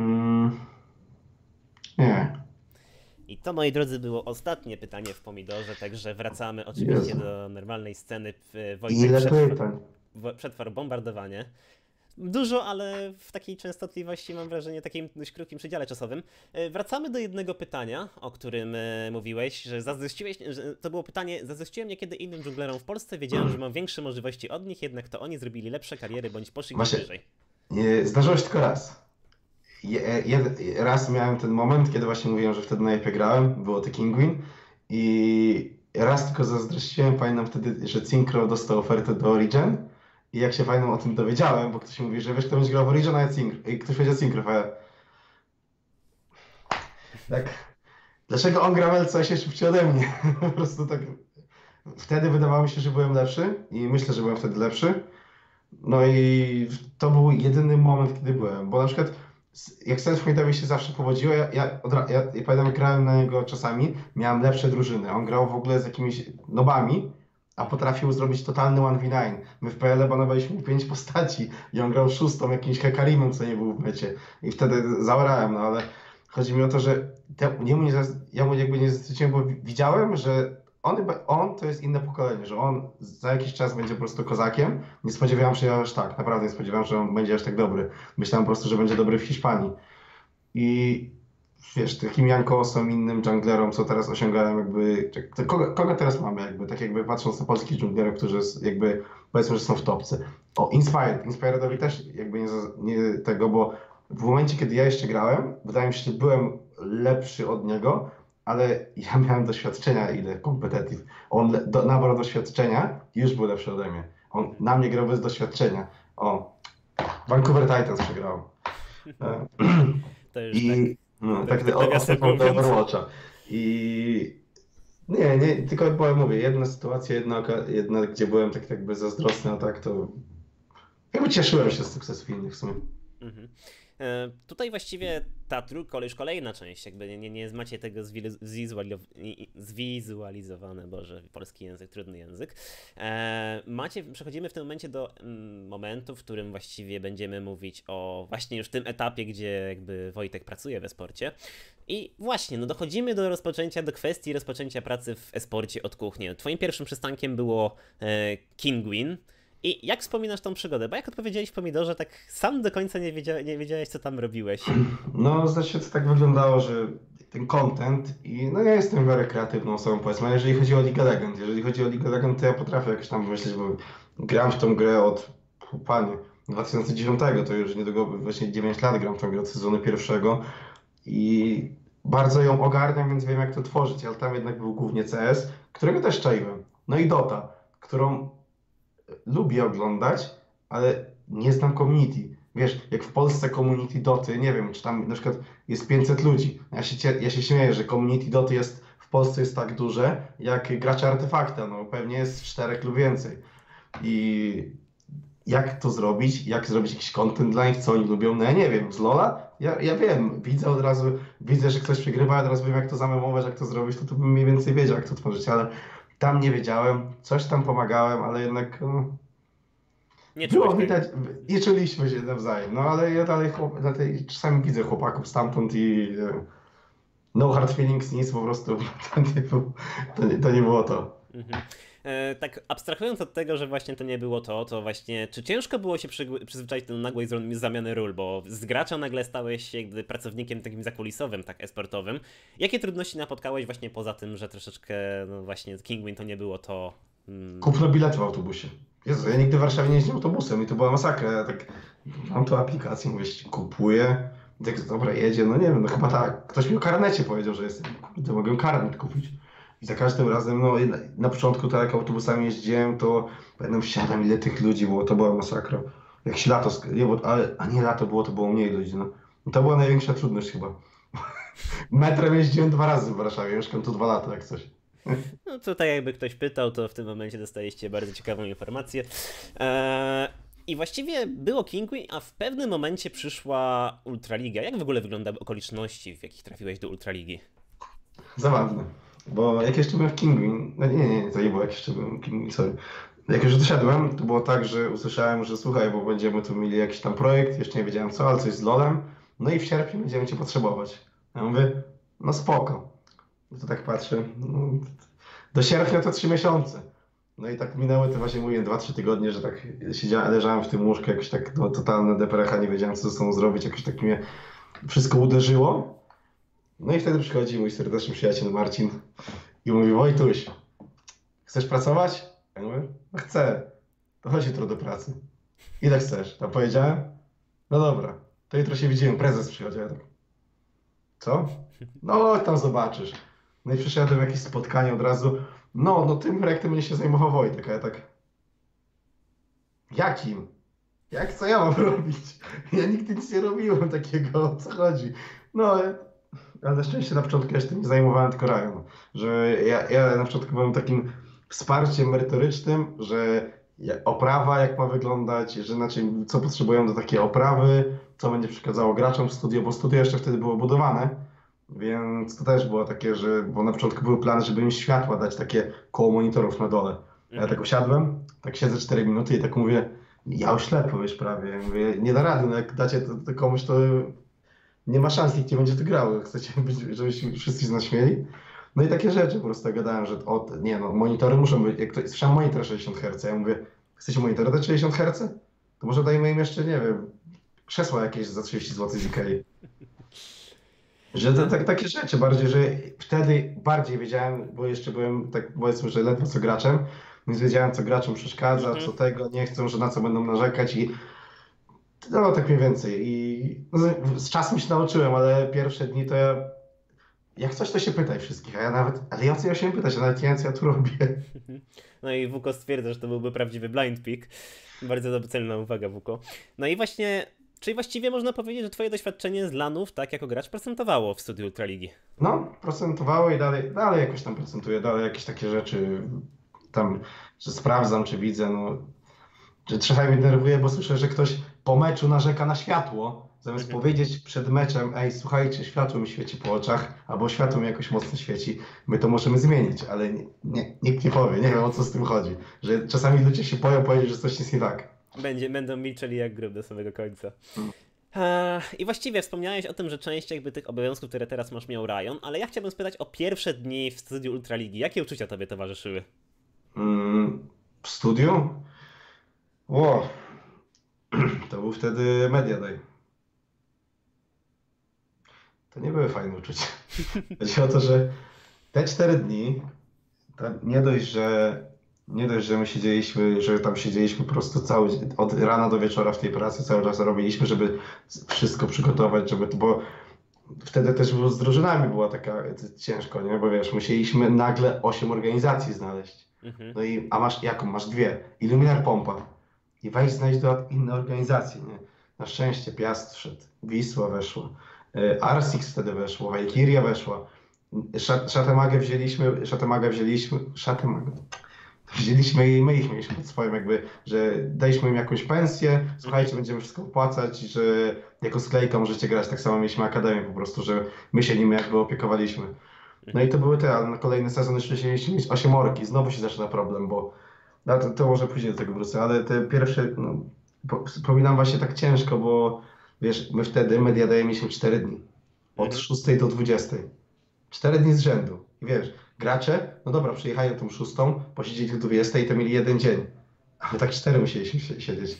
Nie. I to, moi drodzy, było ostatnie pytanie w Pomidorze, także wracamy oczywiście do normalnej sceny. Ile pytań? Przetrwał bombardowanie. Dużo, ale w takiej częstotliwości, mam wrażenie, takim dość krótkim przedziale czasowym. Wracamy do jednego pytania, o którym mówiłeś, że zazdrościłeś, że to było pytanie, zazdrościłem niekiedy innym dżunglerom w Polsce, wiedziałem, że mam większe możliwości od nich, jednak to oni zrobili lepsze kariery, bądź poszli gdzieś wyżej. Zdarzyło się tylko raz. Raz miałem ten moment, kiedy właśnie mówiłem, że wtedy najlepiej grałem, było to Kinguin i raz tylko zazdrościłem, pamiętam wtedy, że Synchro dostał ofertę do Origin i jak się fajnie o tym dowiedziałem, bo ktoś mówi, że wiesz, kto będzie grał w Origin, a ja Synchro, i ktoś powiedział Synchro, a ja... Tak, dlaczego on gra w LCS szybciej ode mnie? Po prostu tak, wtedy wydawało mi się, że byłem lepszy i myślę, że byłem wtedy lepszy. No i to był jedyny moment, kiedy byłem, bo na przykład jak Sense mi się zawsze powodziło, ja pamiętam, jak grałem na niego czasami, miałem lepsze drużyny. On grał w ogóle z jakimiś nobami, a potrafił zrobić totalny 1v9. My w PL banowaliśmy 5 postaci i on grał szóstą jakimś Hekarimem, co nie był w mecie. I wtedy zaorałem, no ale chodzi mi o to, że ja mu jakby nie zastrzyciłem, bo widziałem, że on to jest inne pokolenie, że on za jakiś czas będzie po prostu kozakiem. Nie spodziewałem się aż tak, naprawdę nie spodziewałem się, że on będzie aż tak dobry. Myślałem po prostu, że będzie dobry w Hiszpanii. I wiesz, takim Jankosem, innym junglerom, co teraz osiągałem jakby... Kogo teraz mamy jakby, tak jakby patrząc na polskich junglerów, którzy jakby powiedzmy, że są w topce. O, Inspiredowi też jakby nie tego, bo w momencie, kiedy ja jeszcze grałem, wydaje mi się, że byłem lepszy od niego, ale ja miałem doświadczenia, ile competitive. On nabrał doświadczenia i już był lepszy ode mnie. On na mnie grał bez doświadczenia. O, Vancouver Titans przegrał. To już I tak, no, ostatnio Overwatcha. I nie, tylko mówię, jedna sytuacja, jedna, gdzie byłem tak jakby zazdrosny, a tak to jakby cieszyłem się z sukcesów innych w sumie. Tutaj właściwie ta już kolejna część, jakby nie macie tego zwizualizowane, Boże, polski język, trudny język. Przechodzimy w tym momencie do momentu, w którym właściwie będziemy mówić o właśnie już tym etapie, gdzie jakby Wojtek pracuje w esporcie. I właśnie, no dochodzimy do kwestii rozpoczęcia pracy w esporcie od kuchni. Twoim pierwszym przystankiem było Kinguin. I jak wspominasz tą przygodę? Bo jak odpowiedziałeś w Pomidorze, tak sam do końca nie wiedziałeś, co tam robiłeś. No, znaczy to tak wyglądało, że ten content i no ja jestem bardzo kreatywną osobą, powiedzmy, ale jeżeli chodzi o League of Legends, to ja potrafię jakoś tam wymyślić, bo grałem w tą grę od, 2009, to już niedługo, właśnie 9 lat gram w tą grę od sezonu pierwszego i bardzo ją ogarniam, więc wiem jak to tworzyć, ale tam jednak był głównie CS, którego też czaiłem. No i Dota, którą lubię oglądać, ale nie znam community. Wiesz, jak w Polsce community Doty, nie wiem, czy tam na przykład jest 500 ludzi. Ja się śmieję, że community Doty w Polsce jest tak duże, jak gracze Artefakta, no pewnie jest 4 lub więcej. I jak to zrobić? Jak zrobić jakiś content dla nich, co oni lubią? No ja nie wiem, z LoL'a? Ja wiem, widzę, że ktoś przegrywa, od razu wiem jak to zamemować, jak to zrobić, to bym mniej więcej wiedział, jak to tworzyć, ale tam nie wiedziałem, coś tam pomagałem, ale jednak było widać, nie czuliśmy się nawzajem, no ale ja dalej czasami widzę chłopaków stamtąd i no hard feelings, nic, po prostu to nie było to. Tak abstrahując od tego, że właśnie to nie było to właśnie, czy ciężko było się przyzwyczaić do nagłej zamiany ról, bo z gracza nagle stałeś się jakby pracownikiem takim zakulisowym, tak esportowym. Jakie trudności napotkałeś właśnie poza tym, że troszeczkę, no właśnie Kinguin to nie było to... Kupno biletu w autobusie. Jezu, ja nigdy w Warszawie nie jeździłem autobusem i to była masakra. Ja tak mam tu aplikację, mówię, kupuję, i tak dobra, jedzie, no nie wiem, no chyba tak. Ktoś mi o karnecie powiedział, że jestem, kurde, mogę karnet kupić. I za każdym razem, no na początku tak jak autobusami jeździłem, to pamiętam wsiadam, ile tych ludzi było, to była masakra. Jak się lato, nie lato było, to było mniej ludzi, no. I to była największa trudność chyba. Metrem jeździłem 2 razy w Warszawie, mieszkam tu 2 lata jak coś. No tutaj jakby ktoś pytał, to w tym momencie dostaliście bardzo ciekawą informację. I właściwie było Kingwin, a w pewnym momencie przyszła Ultraliga. Jak w ogóle wyglądały okoliczności, w jakich trafiłeś do Ultraligi? Zabawne. Bo jak jeszcze byłem w Kingwin, no nie, to nie było jak jeszcze byłem w Kingwin, sorry. Jak już doszedłem, to było tak, że usłyszałem, że słuchaj, bo będziemy tu mieli jakiś tam projekt, jeszcze nie wiedziałem co, ale coś z LoLem, no i w sierpniu będziemy cię potrzebować. Ja mówię, no spoko. No to tak patrzę, no, do sierpnia to 3 miesiące. No i tak minęły te właśnie mówię 2-3 tygodnie, że tak siedziałem, leżałem w tym łóżku, jakoś tak no, totalna deprecha, nie wiedziałem co ze sobą zrobić, jakoś tak mnie wszystko uderzyło. No i wtedy przychodzi mój serdeczny przyjaciel Marcin i mówi, Wojtuś, chcesz pracować? Ja mówię, no chcę. To chodź jutro do pracy. Ile chcesz? Tam powiedziałem, no dobra, to jutro się widzimy, prezes przychodzi. Ja tak, co? No tam zobaczysz. No i przyszedłem jakieś spotkanie od razu. No tym projektem będzie się zajmował Wojtek. A ja tak, jakim? Co ja mam robić? Ja nigdy nic nie robiłem takiego, o co chodzi? No, ale na szczęście na początku ja się tym nie zajmowałem, tylko Ryan. Że ja na początku byłem takim wsparciem merytorycznym, że oprawa jak ma wyglądać, że znaczy co potrzebują do takiej oprawy, co będzie przeszkadzało graczom w studio, bo studio jeszcze wtedy było budowane, więc to też było takie, że bo na początku były plany, żeby im światła dać takie koło monitorów na dole. Ja tak usiadłem, tak siedzę 4 minuty i tak mówię, ja oślepłem już prawie, mówię, nie da rady, no jak dacie to komuś, to nie ma szans, nikt nie będzie tu grał, chcecie być, żebyśmy wszyscy z nas śmieli. No i takie rzeczy po prostu gadałem, że nie no, monitory muszą być, jak to słyszałem monitor 60 Hz, ja mówię, chcecie monitory dać 60 Hz? To może dajmy im jeszcze, nie wiem, krzesła jakieś za 30 zł z Ikei. Że takie rzeczy bardziej, że wtedy bardziej wiedziałem, bo jeszcze byłem tak powiedzmy, że ledwo co graczem, więc wiedziałem co graczom przeszkadza, co tego nie chcą, że na co będą narzekać i no tak mniej więcej. I no, z czasem się nauczyłem, ale pierwsze dni to ja jak coś to się pytaj wszystkich, a ja nawet, ale ja co ja się pytać, ja nawet nie wiem co ja tu robię. No i Wuko stwierdza, że to byłby prawdziwy blind pick. Bardzo celna uwaga, Wuko. No i właśnie, czyli właściwie można powiedzieć, że twoje doświadczenie z LANów, tak jako gracz, procentowało w studiu Ultraligi. No, procentowało i dalej jakoś tam procentuję, dalej jakieś takie rzeczy tam, że sprawdzam, czy widzę, no, że trochę mnie denerwuje, bo słyszę, że ktoś po meczu narzeka na światło, zamiast powiedzieć przed meczem, ej, słuchajcie, światło mi świeci po oczach, albo światło mi jakoś mocno świeci, my to możemy zmienić, ale nikt nie powie, nie wiem o co z tym chodzi, że czasami ludzie się boją powiedzieć, że coś jest nie tak. Będą milczeli jak grób do samego końca. I właściwie wspomniałeś o tym, że część jakby tych obowiązków, które teraz masz, miał Ryan, ale ja chciałbym spytać o pierwsze dni w studiu Ultraligi. Jakie uczucia tobie towarzyszyły? W studiu? O, to był wtedy Media Day. To nie były fajne uczucia. Chodzi o to, że te 4 dni, nie dość, że my siedzieliśmy, że tam siedzieliśmy po prostu od rana do wieczora w tej pracy, cały czas robiliśmy, żeby wszystko przygotować, żeby to, bo wtedy też było z drużynami była taka ciężko, nie? Bo wiesz, musieliśmy nagle 8 organizacji znaleźć. No i, a masz jaką? Masz 2. Illuminar Pompa. I weź znajdź inne organizacje, nie? Na szczęście Piast wszedł, Wisła weszła, Arsix wtedy weszło, Valkyria weszła. Szatemagę wzięliśmy i my ich mieliśmy pod swoim jakby, że daliśmy im jakąś pensję, słuchajcie, będziemy wszystko opłacać, że jako sklejka możecie grać, tak samo mieliśmy akademię po prostu, że my się nimi jakby opiekowaliśmy. No i to były ale na kolejny sezon jeszcze chcieliśmy mieć 8 orki, znowu się zaczyna problem, bo no, to może później do tego wrócę, ale te pierwsze, no, wspominam właśnie tak ciężko, bo wiesz, my wtedy Media Day mieliśmy 4 dni, od 6 do 20. 4 dni z rzędu. I wiesz, gracze, no dobra, przyjechali na tą 6, posiedzieli do 20 i to mieli 1 dzień. A my tak 4 musieliśmy siedzieć.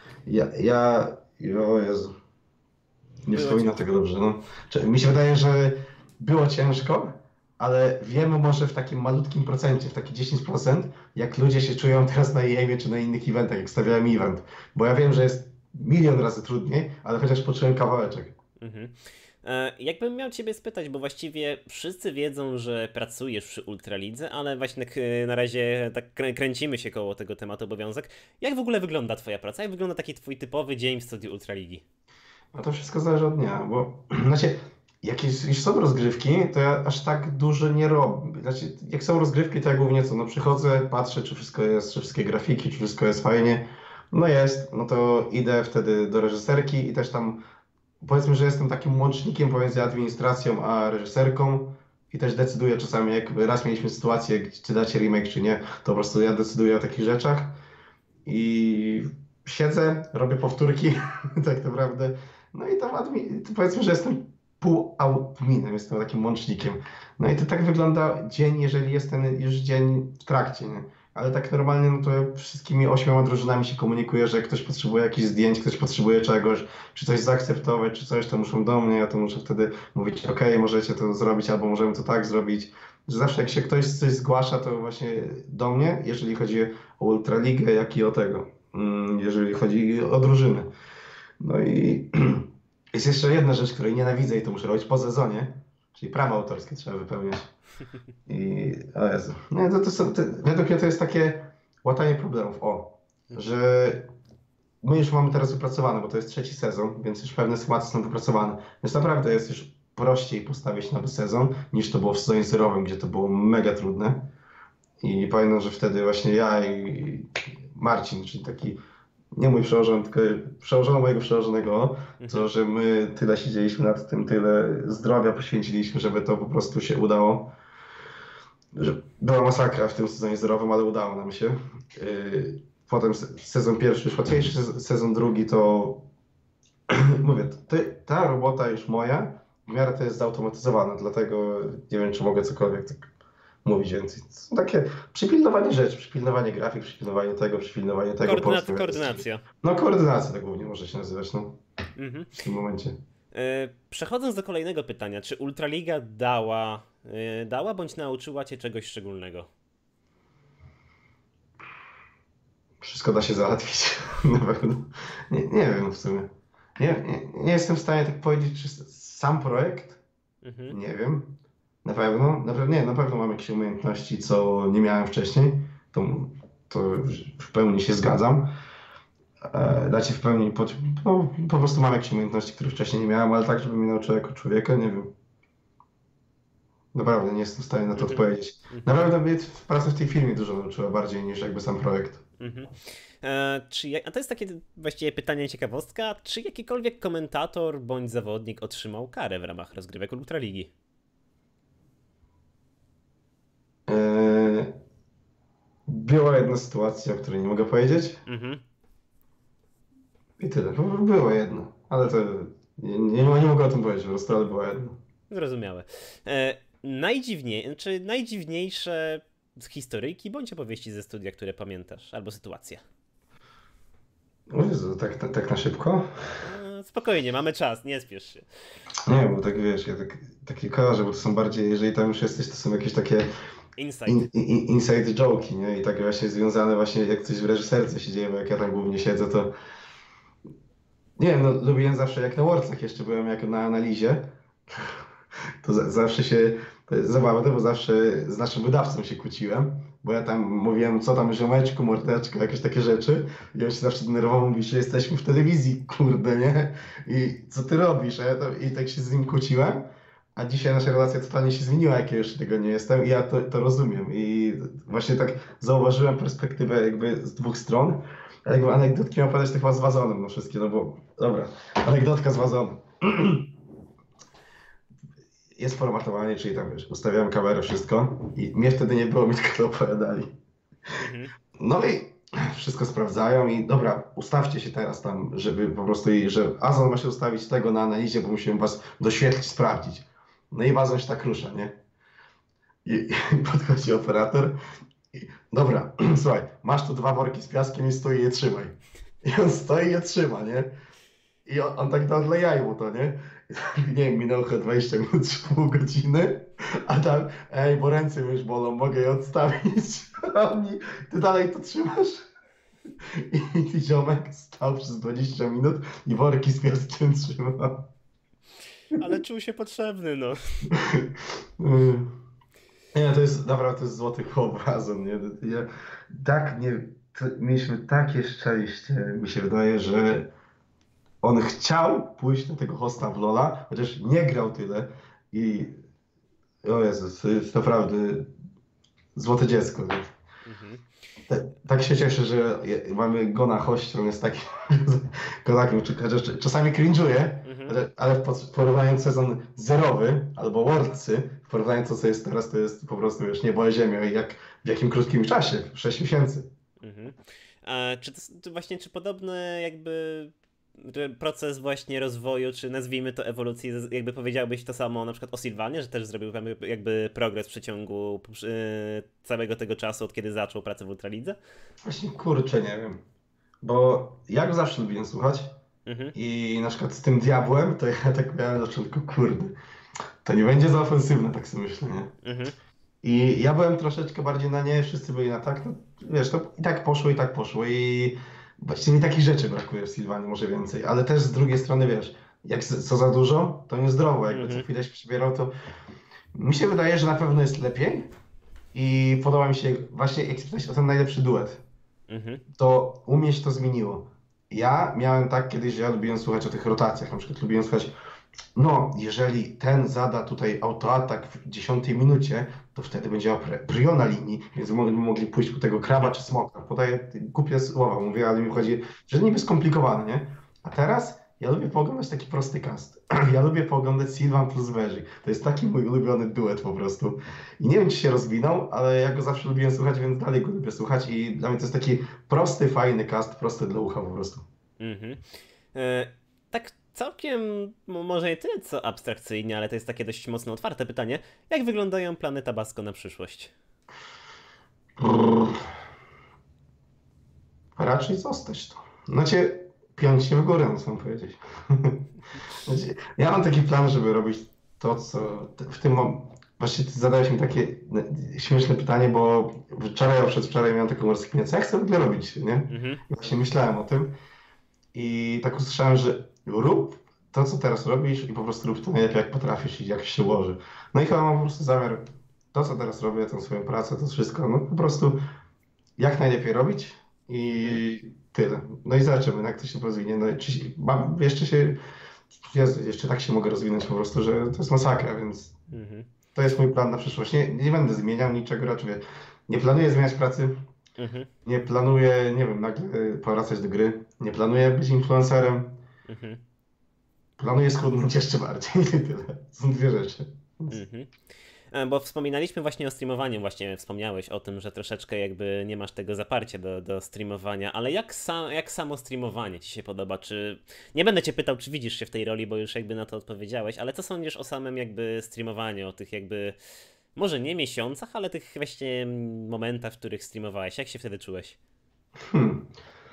O Jezu. Nie wspominam tego dobrze. No. Mi się wydaje, że było ciężko, ale wiemy może w takim malutkim procencie, w taki 10%, jak ludzie się czują teraz na EA czy na innych eventach, jak stawiałem event. Bo ja wiem, że jest milion razy trudniej, ale chociaż poczułem kawałeczek. Jakbym miał ciebie spytać, bo właściwie wszyscy wiedzą, że pracujesz przy Ultralidze, ale właśnie na razie tak kręcimy się koło tego tematu obowiązek. Jak w ogóle wygląda twoja praca? Jak wygląda taki twój typowy dzień w studiu Ultraligi? No to wszystko zależy od dnia, bo znaczy jak już są rozgrywki, to ja aż tak dużo nie robię. Znaczy, jak są rozgrywki, to ja głównie co, no przychodzę, patrzę, czy wszystko jest, czy wszystkie grafiki, czy wszystko jest fajnie. No jest, no to idę wtedy do reżyserki i też tam, powiedzmy, że jestem takim łącznikiem pomiędzy administracją a reżyserką i też decyduję czasami, jak raz mieliśmy sytuację, czy dacie remake, czy nie, to po prostu ja decyduję o takich rzeczach i siedzę, robię powtórki, tak naprawdę. No i tam powiedzmy, że jestem pół-adminem, jestem takim łącznikiem. No i to tak wygląda dzień, jeżeli jest ten już dzień w trakcie, nie? Ale tak normalnie, no to wszystkimi 8 drużynami się komunikuje, że ktoś potrzebuje jakichś zdjęć, ktoś potrzebuje czegoś, czy coś zaakceptować, czy coś, to muszą do mnie, ja to muszę wtedy mówić, ok, możecie to zrobić, albo możemy to tak zrobić. Że zawsze jak się ktoś coś zgłasza, to właśnie do mnie, jeżeli chodzi o Ultraligę, jak i o tego, jeżeli chodzi o drużyny. No i jest jeszcze jedna rzecz, której nienawidzę i to muszę robić po sezonie, czyli prawa autorskie trzeba wypełniać. I, o Jezu. Nie, według mnie to jest takie łatanie problemów. O, że my już mamy teraz wypracowane, bo to jest 3. sezon, więc już pewne sytuacje są wypracowane. Więc naprawdę jest już prościej postawić nowy sezon, niż to było w sezonie zerowym, gdzie to było mega trudne. I pamiętam, że wtedy właśnie ja i Marcin, czyli taki nie mój przełożony, tylko przełożony mojego przełożonego, to, że my tyle siedzieliśmy nad tym, tyle zdrowia poświęciliśmy, żeby to po prostu się udało. Że była masakra w tym sezonie zerowym, ale udało nam się. Potem sezon pierwszy już łatwiejszy, sezon drugi to mówię, ta robota już moja, w miarę to jest zautomatyzowana, dlatego nie wiem, czy mogę cokolwiek tak mówić więcej. To są takie przypilnowanie rzeczy, przypilnowanie grafik, przypilnowanie tego, przypilnowanie tego. Koordynacja. No koordynacja tak głównie może się nazywać, no. W tym momencie. Przechodząc do kolejnego pytania, czy Ultraliga dała bądź nauczyła cię czegoś szczególnego? Wszystko da się załatwić, na pewno. Nie wiem w sumie. Nie jestem w stanie tak powiedzieć, czy sam projekt, nie wiem. Na pewno mam jakieś umiejętności, co nie miałem wcześniej. To w pełni się zgadzam. Znaczy w pełni, po prostu mam jakieś umiejętności, których wcześniej nie miałem, ale tak, żeby mnie nauczyło jako człowieka, nie wiem. Naprawdę nie jestem w stanie na to odpowiedzieć. Naprawdę mnie praca w tej firmie dużo nauczyła, bardziej niż jakby sam projekt. A to jest takie właściwie pytanie, ciekawostka, czy jakikolwiek komentator bądź zawodnik otrzymał karę w ramach rozgrywek Ultraligi? Była jedna sytuacja, o której nie mogę powiedzieć. I tyle. Była jedna, ale to nie mogę o tym powiedzieć, po prostu, ale była jedna. Zrozumiałe. Najdziwniejsze historyjki bądź opowieści ze studia, które pamiętasz, albo sytuacje? O Jezu, tak na szybko? Spokojnie, mamy czas, nie spiesz się. Nie, bo tak wiesz, ja takie kojarzę, bo to są bardziej, jeżeli tam już jesteś, to są jakieś takie inside joke'i, nie? I takie właśnie związane właśnie, jak coś w reżyserce się dzieje, bo jak ja tam głównie siedzę, to nie wiem, no lubiłem zawsze, jak na Wordsach jeszcze byłem, jak na analizie, to zawsze to jest zabawne, bo zawsze z naszym wydawcą się kłóciłem, bo ja tam mówiłem, co tam ziomeczku, mordeczko, jakieś takie rzeczy i on się zawsze denerwował, mówi, że jesteśmy w telewizji, kurde, nie? I co ty robisz? I tak się z nim kłóciłem, a dzisiaj nasza relacja totalnie się zmieniła, jak ja już tego nie jestem i ja to rozumiem i właśnie tak zauważyłem perspektywę jakby z dwóch stron, a jakby anegdotki miał opowiadać to chyba z Wazonem, no wszystkie, no bo dobra, anegdotka z Wazonem. Jest formatowanie, czyli tam wiesz, ustawiałem kamerę, wszystko i mnie wtedy nie było, mi tylko to opowiadali. No i wszystko sprawdzają i dobra, ustawcie się teraz tam, żeby po prostu, że Azon ma się ustawić tego na analizie, bo musimy was doświetlić, sprawdzić. No i Azon się tak rusza, nie? I podchodzi operator i dobra, słuchaj, masz tu 2 worki z piaskiem i stój i je trzymaj. I on stoi i je trzyma, nie? I on tak odleja mu to, nie? Nie wiem, minęło chyba 20 minut czy pół godziny, a tam, bo ręce już bolą, mogę je odstawić. A oni, ty dalej to trzymasz? I ziomek stał przez 20 minut i worki z piaskiem trzymał. Ale czuł się potrzebny, no. Nie, to jest naprawdę, to jest złoty Wazon, nie? Mieliśmy takie szczęście, mi się wydaje, że on chciał pójść na tego hosta w LoL'a, chociaż nie grał tyle i o Jezus, to jest naprawdę złote dziecko. Nie? Mhm. Tak się cieszę, że mamy go na hoście, on jest takim kozakiem, chociaż czasami cringe'uje, Mhm. ale porównając sezon zerowy albo Worldsy, porównając to, co jest teraz, to jest po prostu już niebo a ziemia i jak w jakim krótkim czasie, 6 miesięcy. Mhm. A czy właśnie, czy podobny jakby proces właśnie rozwoju, czy nazwijmy to ewolucji, jakby powiedziałbyś to samo na przykład o Sylwanie, że też zrobił jakby progres w przeciągu całego tego czasu, od kiedy zaczął pracę w Ultralidze? Właśnie kurczę, nie wiem, bo ja go zawsze lubiłem słuchać Mhm. i na przykład z tym Diabłem, to ja tak miałem na początku, kurde, to nie będzie za ofensywne, tak sobie myślę, nie? Mhm. I ja byłem troszeczkę bardziej na nie, wszyscy byli na tak, no, wiesz, to i tak poszło i właściwie mi takich rzeczy brakuje w Sylwanie, może więcej, ale też z drugiej strony, wiesz, jak co za dużo, to niezdrowo, jakby co Mhm. chwilę się przybierał, to mi się wydaje, że na pewno jest lepiej i podoba mi się właśnie, jak spytać o ten najlepszy duet, Mhm. to u mnie się to zmieniło. Ja miałem tak kiedyś, że ja lubiłem słuchać o tych rotacjach, na przykład lubiłem słuchać no, jeżeli ten zada tutaj autoatak w 10 minucie, to wtedy będzie miał Prio na linii, więc mogli pójść po tego kraba Mhm. czy smoka. Podaję głupie słowa, mówię, ale mi chodzi, że niby skomplikowane, nie? A teraz ja lubię pooglądać taki prosty cast. Ja lubię pooglądać Sylvan plus Verzy. To jest taki mój ulubiony duet po prostu. I nie wiem, czy się rozwinął, ale ja go zawsze lubiłem słuchać, więc dalej go lubię słuchać i dla mnie to jest taki prosty, fajny cast, prosty dla ucha po prostu. Mhm. E, tak całkiem, może nie tyle co abstrakcyjnie, ale to jest takie dość mocno otwarte pytanie. Jak wyglądają plany Tabasco na przyszłość? Brrr. Raczej zostać to. Znaczy, piąć się w górę, co mam powiedzieć. Znaczy, ja mam taki plan, żeby robić to, co w tym Właśnie ty zadałeś mi takie śmieszne pytanie, bo wczoraj albo przedwczoraj miałem taką rozkminę, co ja chcę w ogóle robić, nie? Mhm. I właśnie myślałem o tym i tak usłyszałem, że rób to, co teraz robisz i po prostu rób to najlepiej, jak potrafisz i jak się ułoży. No i chyba mam po prostu zamiar to, co teraz robię, tą swoją pracę, to wszystko, no po prostu jak najlepiej robić Mhm. i tyle. No i zobaczymy, jak to się rozwinie. No, i czy mam jeszcze się, Jezu, jeszcze tak się mogę rozwinąć po prostu, że to jest masakra, więc Mhm. to jest mój plan na przyszłość. Nie będę zmieniał niczego raczej. Nie planuję zmieniać pracy, Mhm. nie planuję, nie wiem, nagle powracać do gry, nie planuję być influencerem, Mhm. planuję schudnąć jeszcze bardziej i tyle. Są dwie rzeczy. Więc Mhm. Bo wspominaliśmy właśnie o streamowaniu, właśnie wspomniałeś o tym, że troszeczkę jakby nie masz tego zaparcia do streamowania, ale jak samo streamowanie ci się podoba? Czy nie będę cię pytał, czy widzisz się w tej roli, bo już jakby na to odpowiedziałeś, ale co sądzisz o samym jakby streamowaniu, o tych jakby może nie miesiącach, ale tych właśnie momentach, w których streamowałeś? Jak się wtedy czułeś? hmm.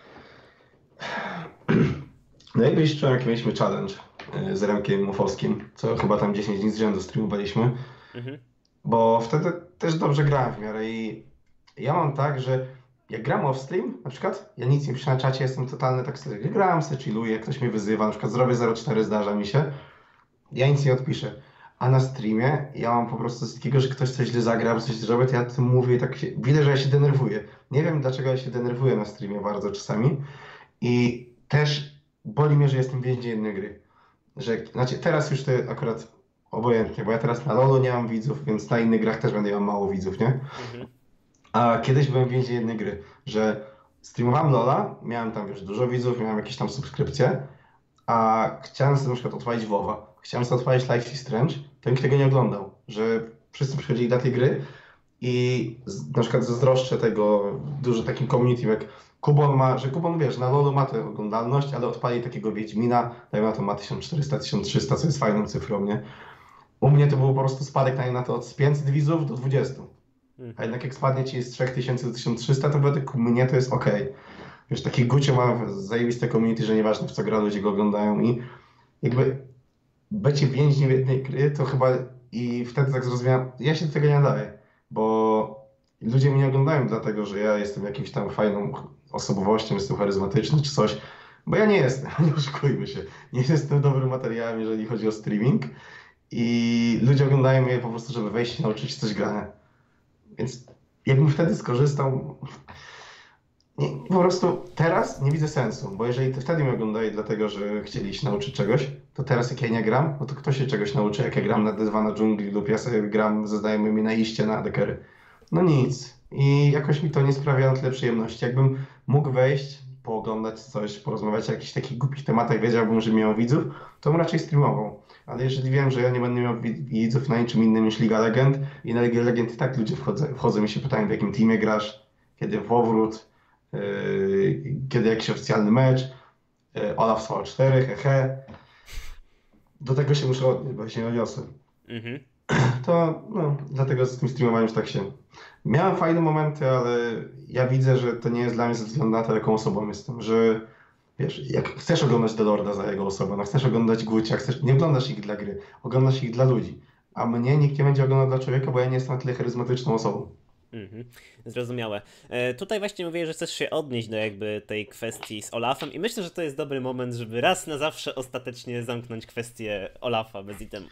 Najbliższy czułem, jak mieliśmy challenge z Remkiem Mofowskim, co chyba tam 10 dni z rzędu streamowaliśmy. Mhm. Bo wtedy też dobrze grałem w miarę i ja mam tak, że jak gram off-stream, na przykład, ja nic nie piszę na czacie, jestem totalny tak sobie, gram se, chilluję, ktoś mnie wyzywa, na przykład zrobię 0,4, zdarza mi się, ja nic nie odpiszę. A na streamie ja mam po prostu z takiego, że ktoś coś źle zagra, albo coś zrobi, to ja o tym mówię i tak się, widzę, że ja się denerwuję. Nie wiem, dlaczego ja się denerwuję na streamie bardzo czasami i też boli mnie, że jestem więźniem jednej gry. Że, znaczy teraz już to akurat obojętnie, bo ja teraz na LoLu nie mam widzów, więc na innych grach też będę miał mało widzów, nie? Mhm. A kiedyś byłem więźniem jednej gry, że streamowałem LoLa, miałem tam wiesz, dużo widzów, miałem jakieś tam subskrypcje, a chciałem sobie na przykład odpalić WoWa, chciałem sobie odpalić Life is Strange, to nikt tego nie oglądał, że wszyscy przychodzili do tej gry i na przykład zazdroszczę tego dużo takim community, jak Kubon ma, że Kubon wiesz, na LoLu ma tę oglądalność, ale odpali takiego Wiedźmina, dajmy na to ma 1400, 1300, co jest fajną cyfrą, nie? U mnie to był po prostu spadek na to od 500 widzów do 20. A Mhm. jednak jak spadnie ci z 3000 do 1300, to według mnie to jest okej. Wiesz, taki Gucio ma zajebiste community, że nieważne w co gra, ludzie go oglądają i jakby bycie więźniem jednej gry, to chyba i wtedy tak zrozumiałem, ja się do tego nie nadaję, bo ludzie mnie nie oglądają dlatego, że ja jestem jakimś tam fajną osobowością, jestem charyzmatyczny czy coś, bo ja nie jestem, nie oszukujmy się, nie jestem dobrym materiałem, jeżeli chodzi o streaming i ludzie oglądają mnie po prostu, żeby wejść i nauczyć się coś grania. Więc jakbym wtedy skorzystał, Po prostu teraz nie widzę sensu, bo jeżeli to wtedy mnie oglądali dlatego, że chcieli się nauczyć czegoś, to teraz jak ja nie gram, no to kto się czegoś nauczy, jak ja gram na D2 na dżungli lub ja sobie gram ze znajomymi na iście na dekery. No nic. I jakoś mi to nie sprawia na tyle przyjemności. Jakbym mógł wejść, pooglądać coś, porozmawiać o jakichś takich głupich tematach, wiedziałbym, że miał widzów, to bym raczej streamował. Ale jeżeli wiem, że ja nie będę miał widzów na niczym innym niż Liga Legend i na Ligę Legend i tak ludzie wchodzą mi się pytają, w jakim teamie grasz, kiedy powrót, kiedy jakiś oficjalny mecz, Olaf V4, hehe. Do tego się muszę odnieść, bo się nie odniosę. Mhm. To no, dlatego z tym streamowaniem już tak się... Miałem fajne momenty, ale ja widzę, że to nie jest dla mnie ze względu na to, jaką osobą jestem, że wiesz, jak chcesz oglądać The Lorda za jego osobę, no chcesz oglądać Gucia, nie oglądasz ich dla gry, oglądasz ich dla ludzi. A mnie nikt nie będzie oglądał dla człowieka, bo ja nie jestem na tyle charyzmatyczną osobą. Mhm. Zrozumiałe. Tutaj właśnie mówię, że chcesz się odnieść do jakby tej kwestii z Olafem i myślę, że to jest dobry moment, żeby raz na zawsze ostatecznie zamknąć kwestię Olafa bez itemów.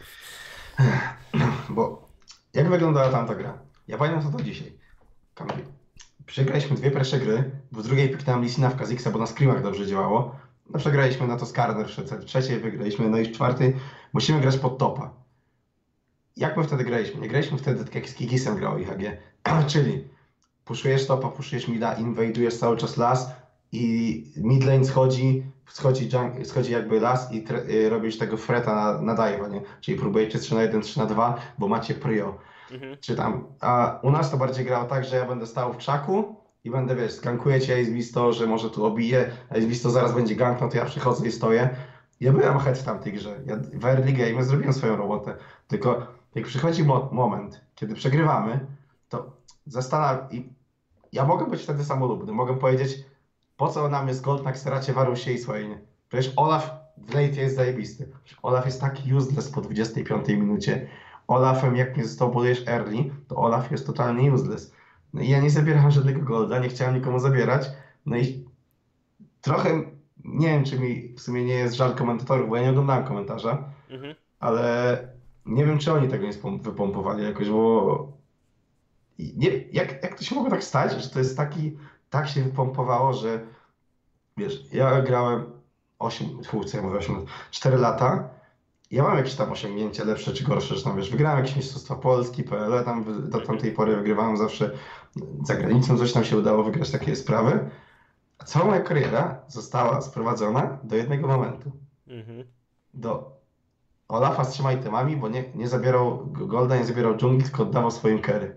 Bo jak wyglądała tamta gra? Ja pamiętam to do dzisiaj. Kamil. Przegraliśmy dwie pierwsze gry, w drugiej piknąłem Lisina w Kazixa, bo na screamach dobrze działało. No przegraliśmy na to Skarner w trzeciej wygraliśmy, no i w czwartej musimy grać pod topa. Jak my wtedy graliśmy? Nie graliśmy wtedy tak jak z Kikisem grał IHG. Czyli puszujesz topa, puszujesz mida, inwajdujesz cały czas las i mid lane schodzi jakby las i robisz tego freta na dive'a, nie? Czyli próbujecie 3 na 1, 3 na 2, bo macie prio. Czy tam, a u nas to bardziej grało tak, że ja będę stał w krzaku i będę, wiesz, gankuję cię Ace, że może tu obije, a Ace zaraz będzie ganknął, to ja przychodzę i stoję. Ja byłem head w tamtej grze. Ja w early game zrobiłem swoją robotę. Tylko jak przychodzi moment, kiedy przegrywamy, to ja mogę być wtedy samolubny. Mogę powiedzieć, po co nam jest gold na Xeracie, Warusie i Swaine. Przecież Olaf w late jest zajebisty. Olaf jest taki useless po 25 minucie. Olafem, jak nie został bodajesz early, to Olaf jest totalnie useless. No i ja nie zabierałem żadnego golda, nie chciałem nikomu zabierać. No i trochę, nie wiem, czy mi w sumie nie jest żal komentatorów, bo ja nie oglądałem komentarza, ale nie wiem, czy oni tego nie wypompowali jakoś, bo jak to się mogło tak stać, że to jest tak się wypompowało, że wiesz, ja grałem 4 lata. Ja mam jakieś tam osiągnięcia lepsze czy gorsze, że tam wiesz, wygrałem jakieś mistrzostwa Polski, PLE, tam do tamtej pory wygrywałem zawsze za granicą, coś tam się udało wygrać takie sprawy. A cała moja kariera została sprowadzona do jednego momentu. Do Olafa z 3 itemami, bo nie zabierał golda, nie zabierał dżungli, tylko oddawał swoim carry.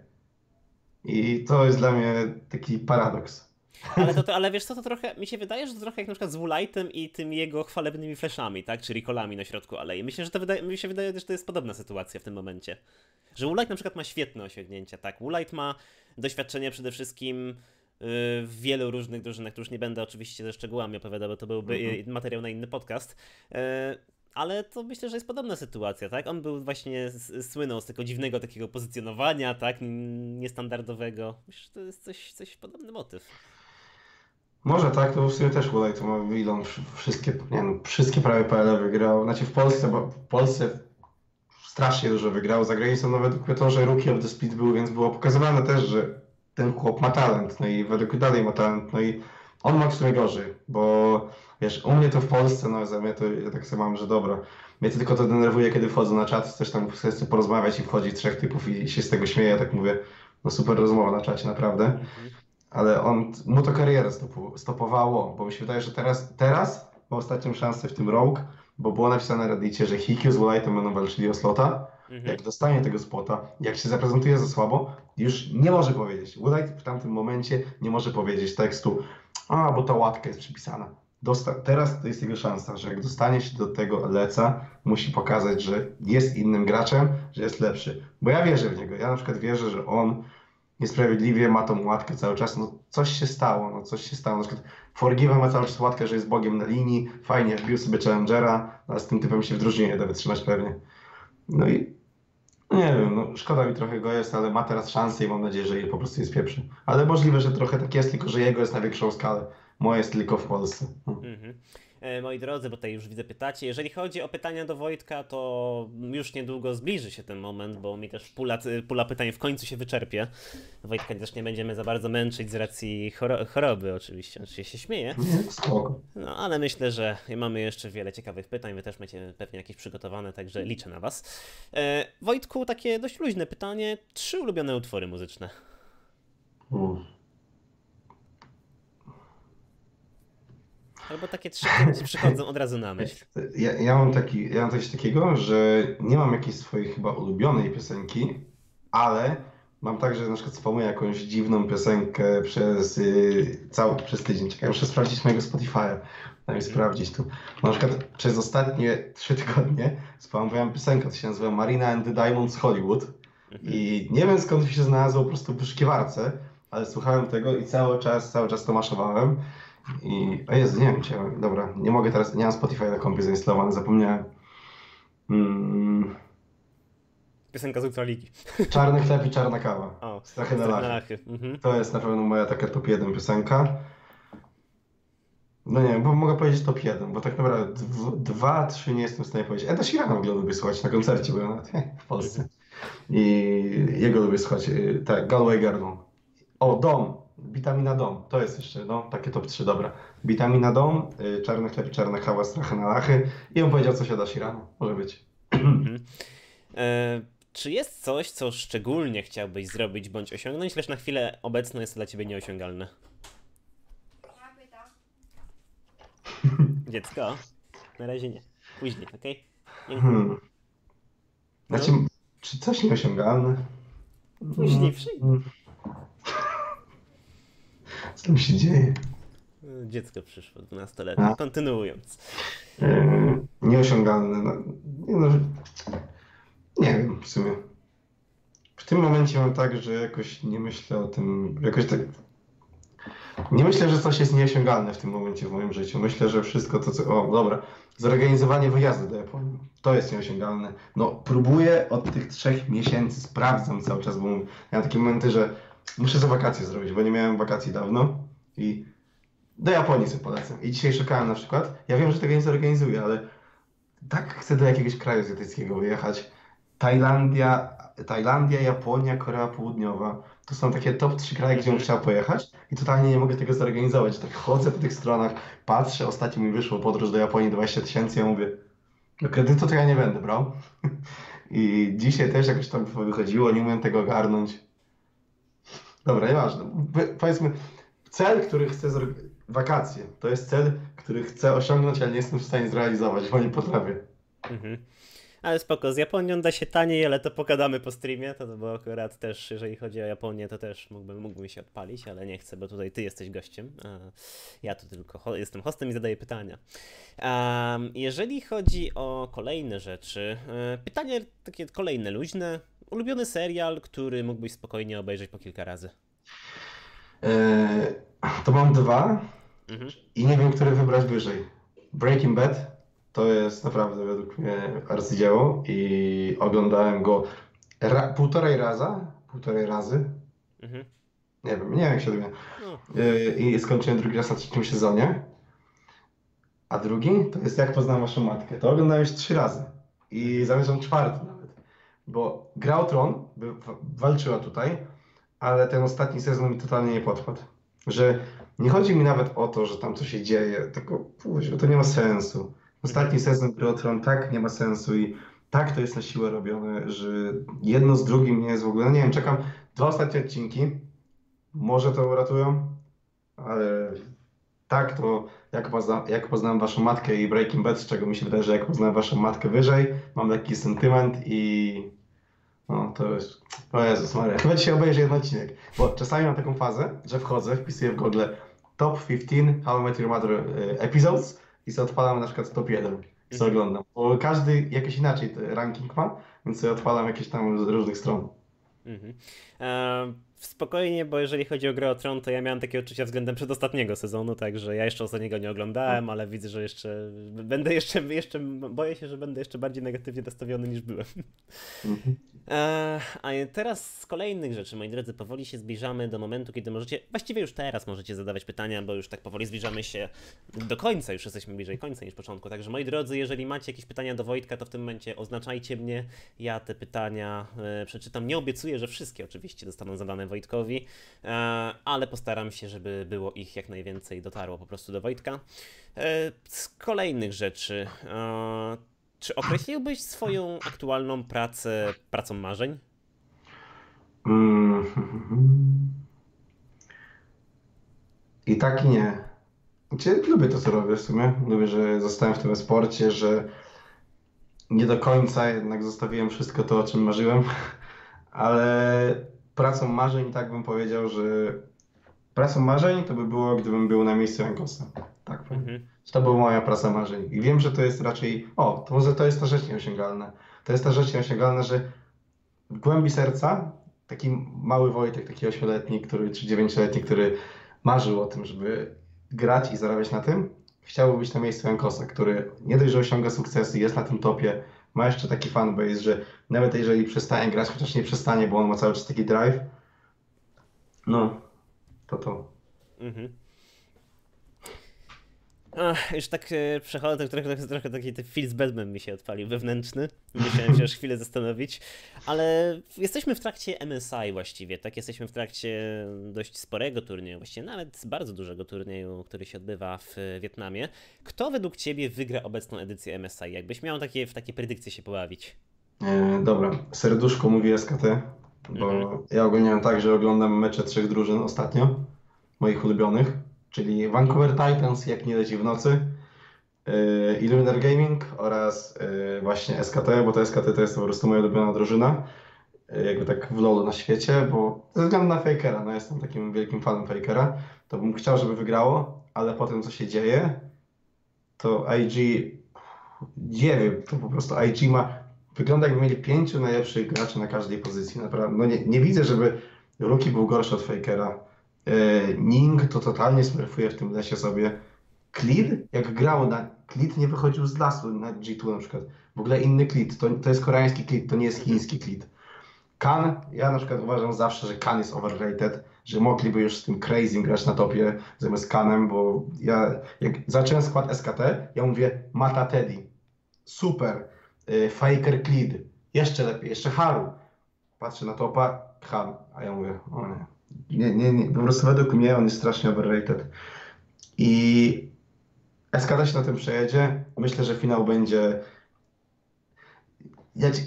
I to jest dla mnie taki paradoks. Ale wiesz co, to trochę, mi się wydaje, że to trochę jak na przykład z Woolite'em i tymi jego chwalebnymi flashami, tak? Czy recallami na środku alei. Myślę, że mi się wydaje, że to jest podobna sytuacja w tym momencie. Że Woolite na przykład ma świetne osiągnięcia, tak? Woolite ma doświadczenie przede wszystkim w wielu różnych drużynach, tu już nie będę oczywiście ze szczegółami opowiadał, bo to byłby materiał na inny podcast. Ale to myślę, że jest podobna sytuacja, tak? On był właśnie, słynął z tego dziwnego takiego pozycjonowania, tak? Niestandardowego. Myślę, że to jest coś podobny motyw. Może tak, to w sumie też Woolite to ma ile on wszystkie prawie PL wygrał. Znaczy w Polsce strasznie dużo wygrał. Za granicą no według to, że Rookie of the Split był, więc było pokazywane też, że ten chłop ma talent, no i według dalej ma talent, no i on ma w sumie gorzej, bo wiesz, u mnie to w Polsce, no za mnie to ja tak sobie mam, że dobra. Mnie to tylko to denerwuje, kiedy wchodzę na czat, też tam chcę porozmawiać i wchodzi 3 typów i się z tego śmieje, ja tak mówię, no super rozmowa na czacie, naprawdę. Ale mu to karierę stopowało, bo mi się wydaje, że teraz ma ostatnią szansę w tym Rogue, bo było napisane na Reddicie, że Hikyu z Woolite'em będą walczyli o slota. Jak dostanie tego spota, jak się zaprezentuje za słabo, już nie może powiedzieć. Woolite w tamtym momencie nie może powiedzieć tekstu, bo ta łatka jest przypisana. Teraz to jest jego szansa, że jak dostanie się do tego leca, musi pokazać, że jest innym graczem, że jest lepszy. Bo ja wierzę w niego. Ja na przykład wierzę, że on niesprawiedliwie ma tą łatkę cały czas. No coś się stało. Na przykład Forgive ma cały czas łatkę, że jest bogiem na linii, fajnie wbił sobie challengera, ale z tym typem się w drużynie nie da wytrzymać pewnie. No i nie wiem, no szkoda mi trochę go jest, ale ma teraz szansę i mam nadzieję, że jej po prostu jest pieprzy. Ale możliwe, że trochę tak jest, tylko że jego jest na większą skalę. moje jest tylko w Polsce. Mhm. Moi drodzy, bo tutaj już widzę pytacie, jeżeli chodzi o pytania do Wojtka, to już niedługo zbliży się ten moment, bo mi też pula pytań w końcu się wyczerpie. Wojtka też nie będziemy za bardzo męczyć z racji choroby oczywiście, oczywiście się śmieję. Nie, spoko. No, ale myślę, że mamy jeszcze wiele ciekawych pytań, wy też macie pewnie jakieś przygotowane, także liczę na was. Wojtku, takie dość luźne pytanie, 3 ulubione utwory muzyczne. Albo takie 3, które ci przychodzą od razu na myśl. Ja mam coś takiego, że nie mam jakiejś swojej chyba ulubionej piosenki, ale mam tak, że na przykład spamuję jakąś dziwną piosenkę przez tydzień. Czekaj, muszę sprawdzić mojego Spotify'a. Daj mi sprawdzić tu. Na przykład przez ostatnie 3 tygodnie spamowałem piosenkę, to się nazywa Marina and the Diamonds Hollywood. I nie wiem skąd się znalazło po prostu w wyszukiwarce, ale słuchałem tego i cały czas to maszowałem. O Jezu, nie wiem, dobra, nie mogę teraz, nie mam Spotify na kompie zainstalowany, zapomniałem. Piosenka z Ultraligi. Czarny chleb i czarna kawa. O, Strachy na lachy. lachy. To jest na pewno moja taka top 1 piosenka. No nie wiem, bo mogę powiedzieć top 1, bo tak naprawdę 2, 3 nie jestem w stanie powiedzieć. Eda Sheerana w ogóle lubię słuchać na koncercie, byłem nawet w Polsce. I jego lubię słuchać, tak, Galway Garden. O, Dom, Witamina Dom, to jest jeszcze, no, takie top 3, dobra. Witamina Dom, Czarny chleb i czarna kawa, Strachy na lachy. I on powiedział coś o Eda Sheerana, może być. Czy jest coś, co szczególnie chciałbyś zrobić bądź osiągnąć, lecz na chwilę obecną jest to dla ciebie nieosiągalne? Dziecko? Na razie nie. Później, okej? Hmm. Znaczy, czy coś nieosiągalne? Później przyjdę. Co tam się dzieje? Dziecko przyszło, 12-letnie. Kontynuując. Nieosiągalne. Nie wiem w sumie. W tym momencie mam tak, że jakoś nie myślę o tym, jakoś tak... Nie myślę, że coś jest nieosiągalne w tym momencie w moim życiu. Myślę, że wszystko to, co... O, dobra. Zorganizowanie wyjazdu do Japonii. To jest nieosiągalne. No, próbuję od tych 3 miesięcy, sprawdzam cały czas, bo miałem takie momenty, że muszę sobie wakacje zrobić, bo nie miałem wakacji dawno i do Japonii sobie polecę. I dzisiaj szukałem na przykład, ja wiem, że tego nie zorganizuję, ale tak chcę do jakiegoś kraju azjatyckiego wyjechać. Tajlandia, Japonia, Korea Południowa. To są takie top 3 kraje, gdzie bym chciał pojechać i totalnie nie mogę tego zorganizować. Tak chodzę po tych stronach, patrzę, ostatnio mi wyszło podróż do Japonii 20 000, ja mówię, no kredytu to ja nie będę brał. I dzisiaj też jakoś tam wychodziło, nie umiem tego ogarnąć. Dobra, nieważne. Powiedzmy, cel, który chcę wakacje, to jest cel, który chcę osiągnąć, ale nie jestem w stanie zrealizować, bo nie potrafię. Ale spoko, z Japonią da się taniej, ale to pogadamy po streamie, bo akurat też, jeżeli chodzi o Japonię, to też mógłbym się odpalić, ale nie chcę, bo tutaj ty jesteś gościem, a ja tu tylko jestem hostem i zadaję pytania. Jeżeli chodzi o kolejne rzeczy, pytanie takie kolejne, luźne, ulubiony serial, który mógłbyś spokojnie obejrzeć po kilka razy? To mam 2 i nie wiem, który wybrać wyżej. Breaking Bad to jest naprawdę według mnie arcydzieło i oglądałem go półtorej razy. Nie wiem jak się odmienia. I skończyłem drugi raz na 3. sezonie. A drugi to jest Jak poznałem waszą matkę. To oglądałem już 3 razy. I zamierzam 4. nawet. Bo Gra o Tron walczyła tutaj, ale ten ostatni sezon mi totalnie nie podpadł. Że nie chodzi mi nawet o to, że tam coś się dzieje, tylko później, to nie ma sensu. Ostatni sezon Gry o Tron tak nie ma sensu i tak to jest na siłę robione, że jedno z drugim nie jest w ogóle... No nie wiem, czekam 2 ostatnie odcinki, może to uratują, ale tak to jak poznałem waszą matkę i Breaking Bad, z czego mi się wydaje, że jak poznałem waszą matkę wyżej, mam lekki sentyment i... No to jest... O Jezus Maria, chyba dzisiaj obejrzę jeden odcinek, bo czasami mam taką fazę, że wpisuję w Google Top 15 How I Met Your Mother Episodes i sobie odpalam na przykład top 1 i sobie oglądam, bo każdy jakoś inaczej ranking ma, więc sobie odpalam jakieś tam z różnych stron. Spokojnie, bo jeżeli chodzi o Grę o Tron, to ja miałem takie odczucia względem przedostatniego sezonu, także ja jeszcze ostatniego nie oglądałem, ale widzę, że będę jeszcze boję się, że będę jeszcze bardziej negatywnie nastawiony niż byłem. A teraz z kolejnych rzeczy, moi drodzy, powoli się zbliżamy do momentu, kiedy możecie, właściwie już teraz możecie zadawać pytania, bo już tak powoli zbliżamy się do końca, już jesteśmy bliżej końca niż początku. Także moi drodzy, jeżeli macie jakieś pytania do Wojtka, to w tym momencie oznaczajcie mnie. Ja te pytania przeczytam. Nie obiecuję, że wszystkie oczywiście zostaną zadane Wojtkowi, ale postaram się, żeby było ich jak najwięcej, dotarło po prostu do Wojtka. Z kolejnych rzeczy. Czy określiłbyś swoją aktualną pracę pracą marzeń? Mm. I tak i nie. Znaczy, lubię to, co robię w sumie. Lubię, że zostałem w tym sporcie, że nie do końca jednak zostawiłem wszystko to, o czym marzyłem, ale pracą marzeń tak bym powiedział, że pracą marzeń to by było, gdybym był na miejscu Jankosa. Tak powiem. Mhm. To była moja praca marzeń. I wiem, że to jest raczej. O, to może to jest ta rzecz nieosiągalna. To jest ta rzecz nieosiągalna, że w głębi serca taki mały Wojtek, taki 8-letni, czy 9-letni, który marzył o tym, żeby grać i zarabiać na tym, chciałby być na miejscu Jankosa, który nie dość, że osiąga sukcesy, jest na tym topie, ma jeszcze taki fanbase, że nawet jeżeli przestanie grać, chociaż nie przestanie, bo on ma cały czas taki drive, no, to. Mhm. Już tak przechodzę, trochę taki Phil Batman mi się odpalił wewnętrzny. Musiałem się już chwilę zastanowić, ale jesteśmy w trakcie MSI właściwie, tak? Jesteśmy w trakcie dość sporego turnieju, właściwie nawet bardzo dużego turnieju, który się odbywa w Wietnamie. Kto według Ciebie wygra obecną edycję MSI? Jakbyś miał w takie predykcje się pobawić? Dobra, serduszko mówi SKT, bo Mhm. ja ogólnie mam tak, że oglądam mecze 3 drużyn ostatnio, moich ulubionych, czyli Vancouver Titans, jak nie leci w nocy, Illuminator Gaming oraz właśnie SKT, bo to SKT to jest po prostu moja ulubiona drużyna, jakby tak w LoLu na świecie, bo ze względu na Fakera, no jestem takim wielkim fanem Fakera, to bym chciał, żeby wygrało, ale po tym, co się dzieje, to IG, nie wiem, to po prostu IG wygląda jakby mieli 5 najlepszych graczy na każdej pozycji, naprawdę, no nie widzę, żeby Rookie był gorszy od Fakera. Ning to totalnie smurfuje w tym lesie sobie. Klid, jak grał Klid nie wychodził z lasu na G2 na przykład. W ogóle inny Klid, to jest koreański Klid, to nie jest chiński Klid. Kan, ja na przykład uważam zawsze, że Kan jest overrated, że mogliby już z tym Crazy grać na topie zamiast Kanem, bo ja jak zacząłem skład SKT, ja mówię Mata Teddy, super, Faker Klid, jeszcze lepiej, jeszcze Haru. Patrzę na topa, Han, a ja mówię, o nie. Nie, po prostu według mnie on jest strasznie overrated. I SKT się na tym przejedzie. Myślę, że finał będzie. Ja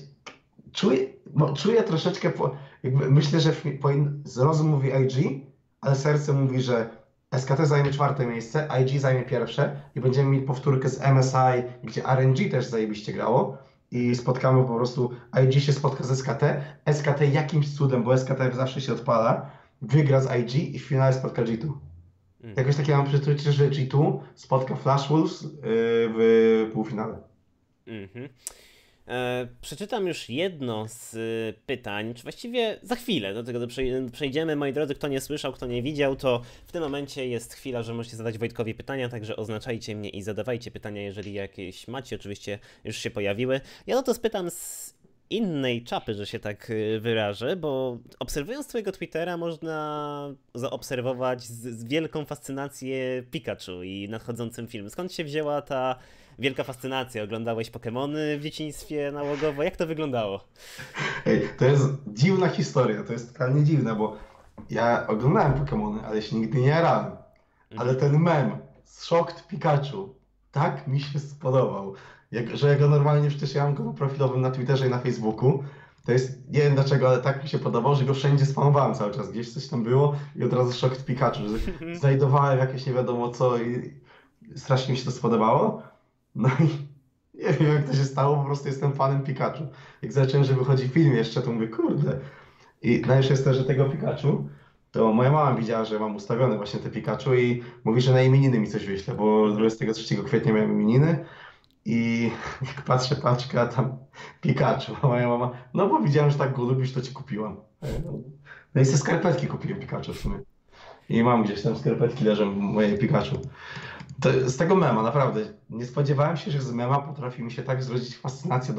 czuję troszeczkę. Jakby myślę, że zrozum mówi IG, ale serce mówi, że SKT zajmie 4. miejsce, IG zajmie pierwsze i będziemy mieli powtórkę z MSI, gdzie RNG też zajebiście grało. I spotkamy po prostu, IG się spotka z SKT, SKT jakimś cudem, bo SKT zawsze się odpala, wygra z IG i w finale spotka G2. Jakoś takie mam przeczucie, że G2 spotka Flash Wolves w półfinale. Mhm. Przeczytam już jedno z pytań, czy właściwie za chwilę do tego przejdziemy. Moi drodzy, kto nie słyszał, kto nie widział, to w tym momencie jest chwila, że możecie zadać Wojtkowi pytania, także oznaczajcie mnie i zadawajcie pytania, jeżeli jakieś macie, oczywiście już się pojawiły. Ja to spytam z innej czapy, że się tak wyrażę, bo obserwując twojego Twittera można zaobserwować z wielką fascynację Pikachu i nadchodzącym filmem. Skąd się wzięła ta wielka fascynacja? Oglądałeś Pokemony w dzieciństwie nałogowo? Jak to wyglądało? Ej, to jest dziwna historia, to jest totalnie dziwne, bo ja oglądałem Pokemony, ale się nigdy nie jarałem. Ale ten mem z Shocked Pikachu tak mi się spodobał, że ja go normalnie, przecież ja mam go na profilowym na Twitterze i na Facebooku. To jest, nie wiem dlaczego, ale tak mi się podobał, że go wszędzie spamowałem cały czas. Gdzieś coś tam było i od razu Shocked Pikachu, że znajdowałem jakieś nie wiadomo co i strasznie mi się to spodobało. No i nie wiem jak to się stało, po prostu jestem fanem Pikachu. Jak zacząłem, że wychodzi film jeszcze, to mówię, kurde. I najlepsze jest to, że tego Pikachu, to moja mama widziała, że mam ustawione właśnie te Pikachu i mówi, że na imieniny mi coś wyśle, bo 23 kwietnia miałem imieniny i jak patrzę paczkę, a tam Pikachu, a moja mama, no bo widziałem, że tak go lubisz, to ci kupiłam. No i te skarpetki kupiłem Pikachu w sumie. I mam gdzieś tam skarpetki leżą moje Pikachu. To z tego mema, naprawdę. Nie spodziewałem się, że z mema potrafi mi się tak zrodzić fascynacja do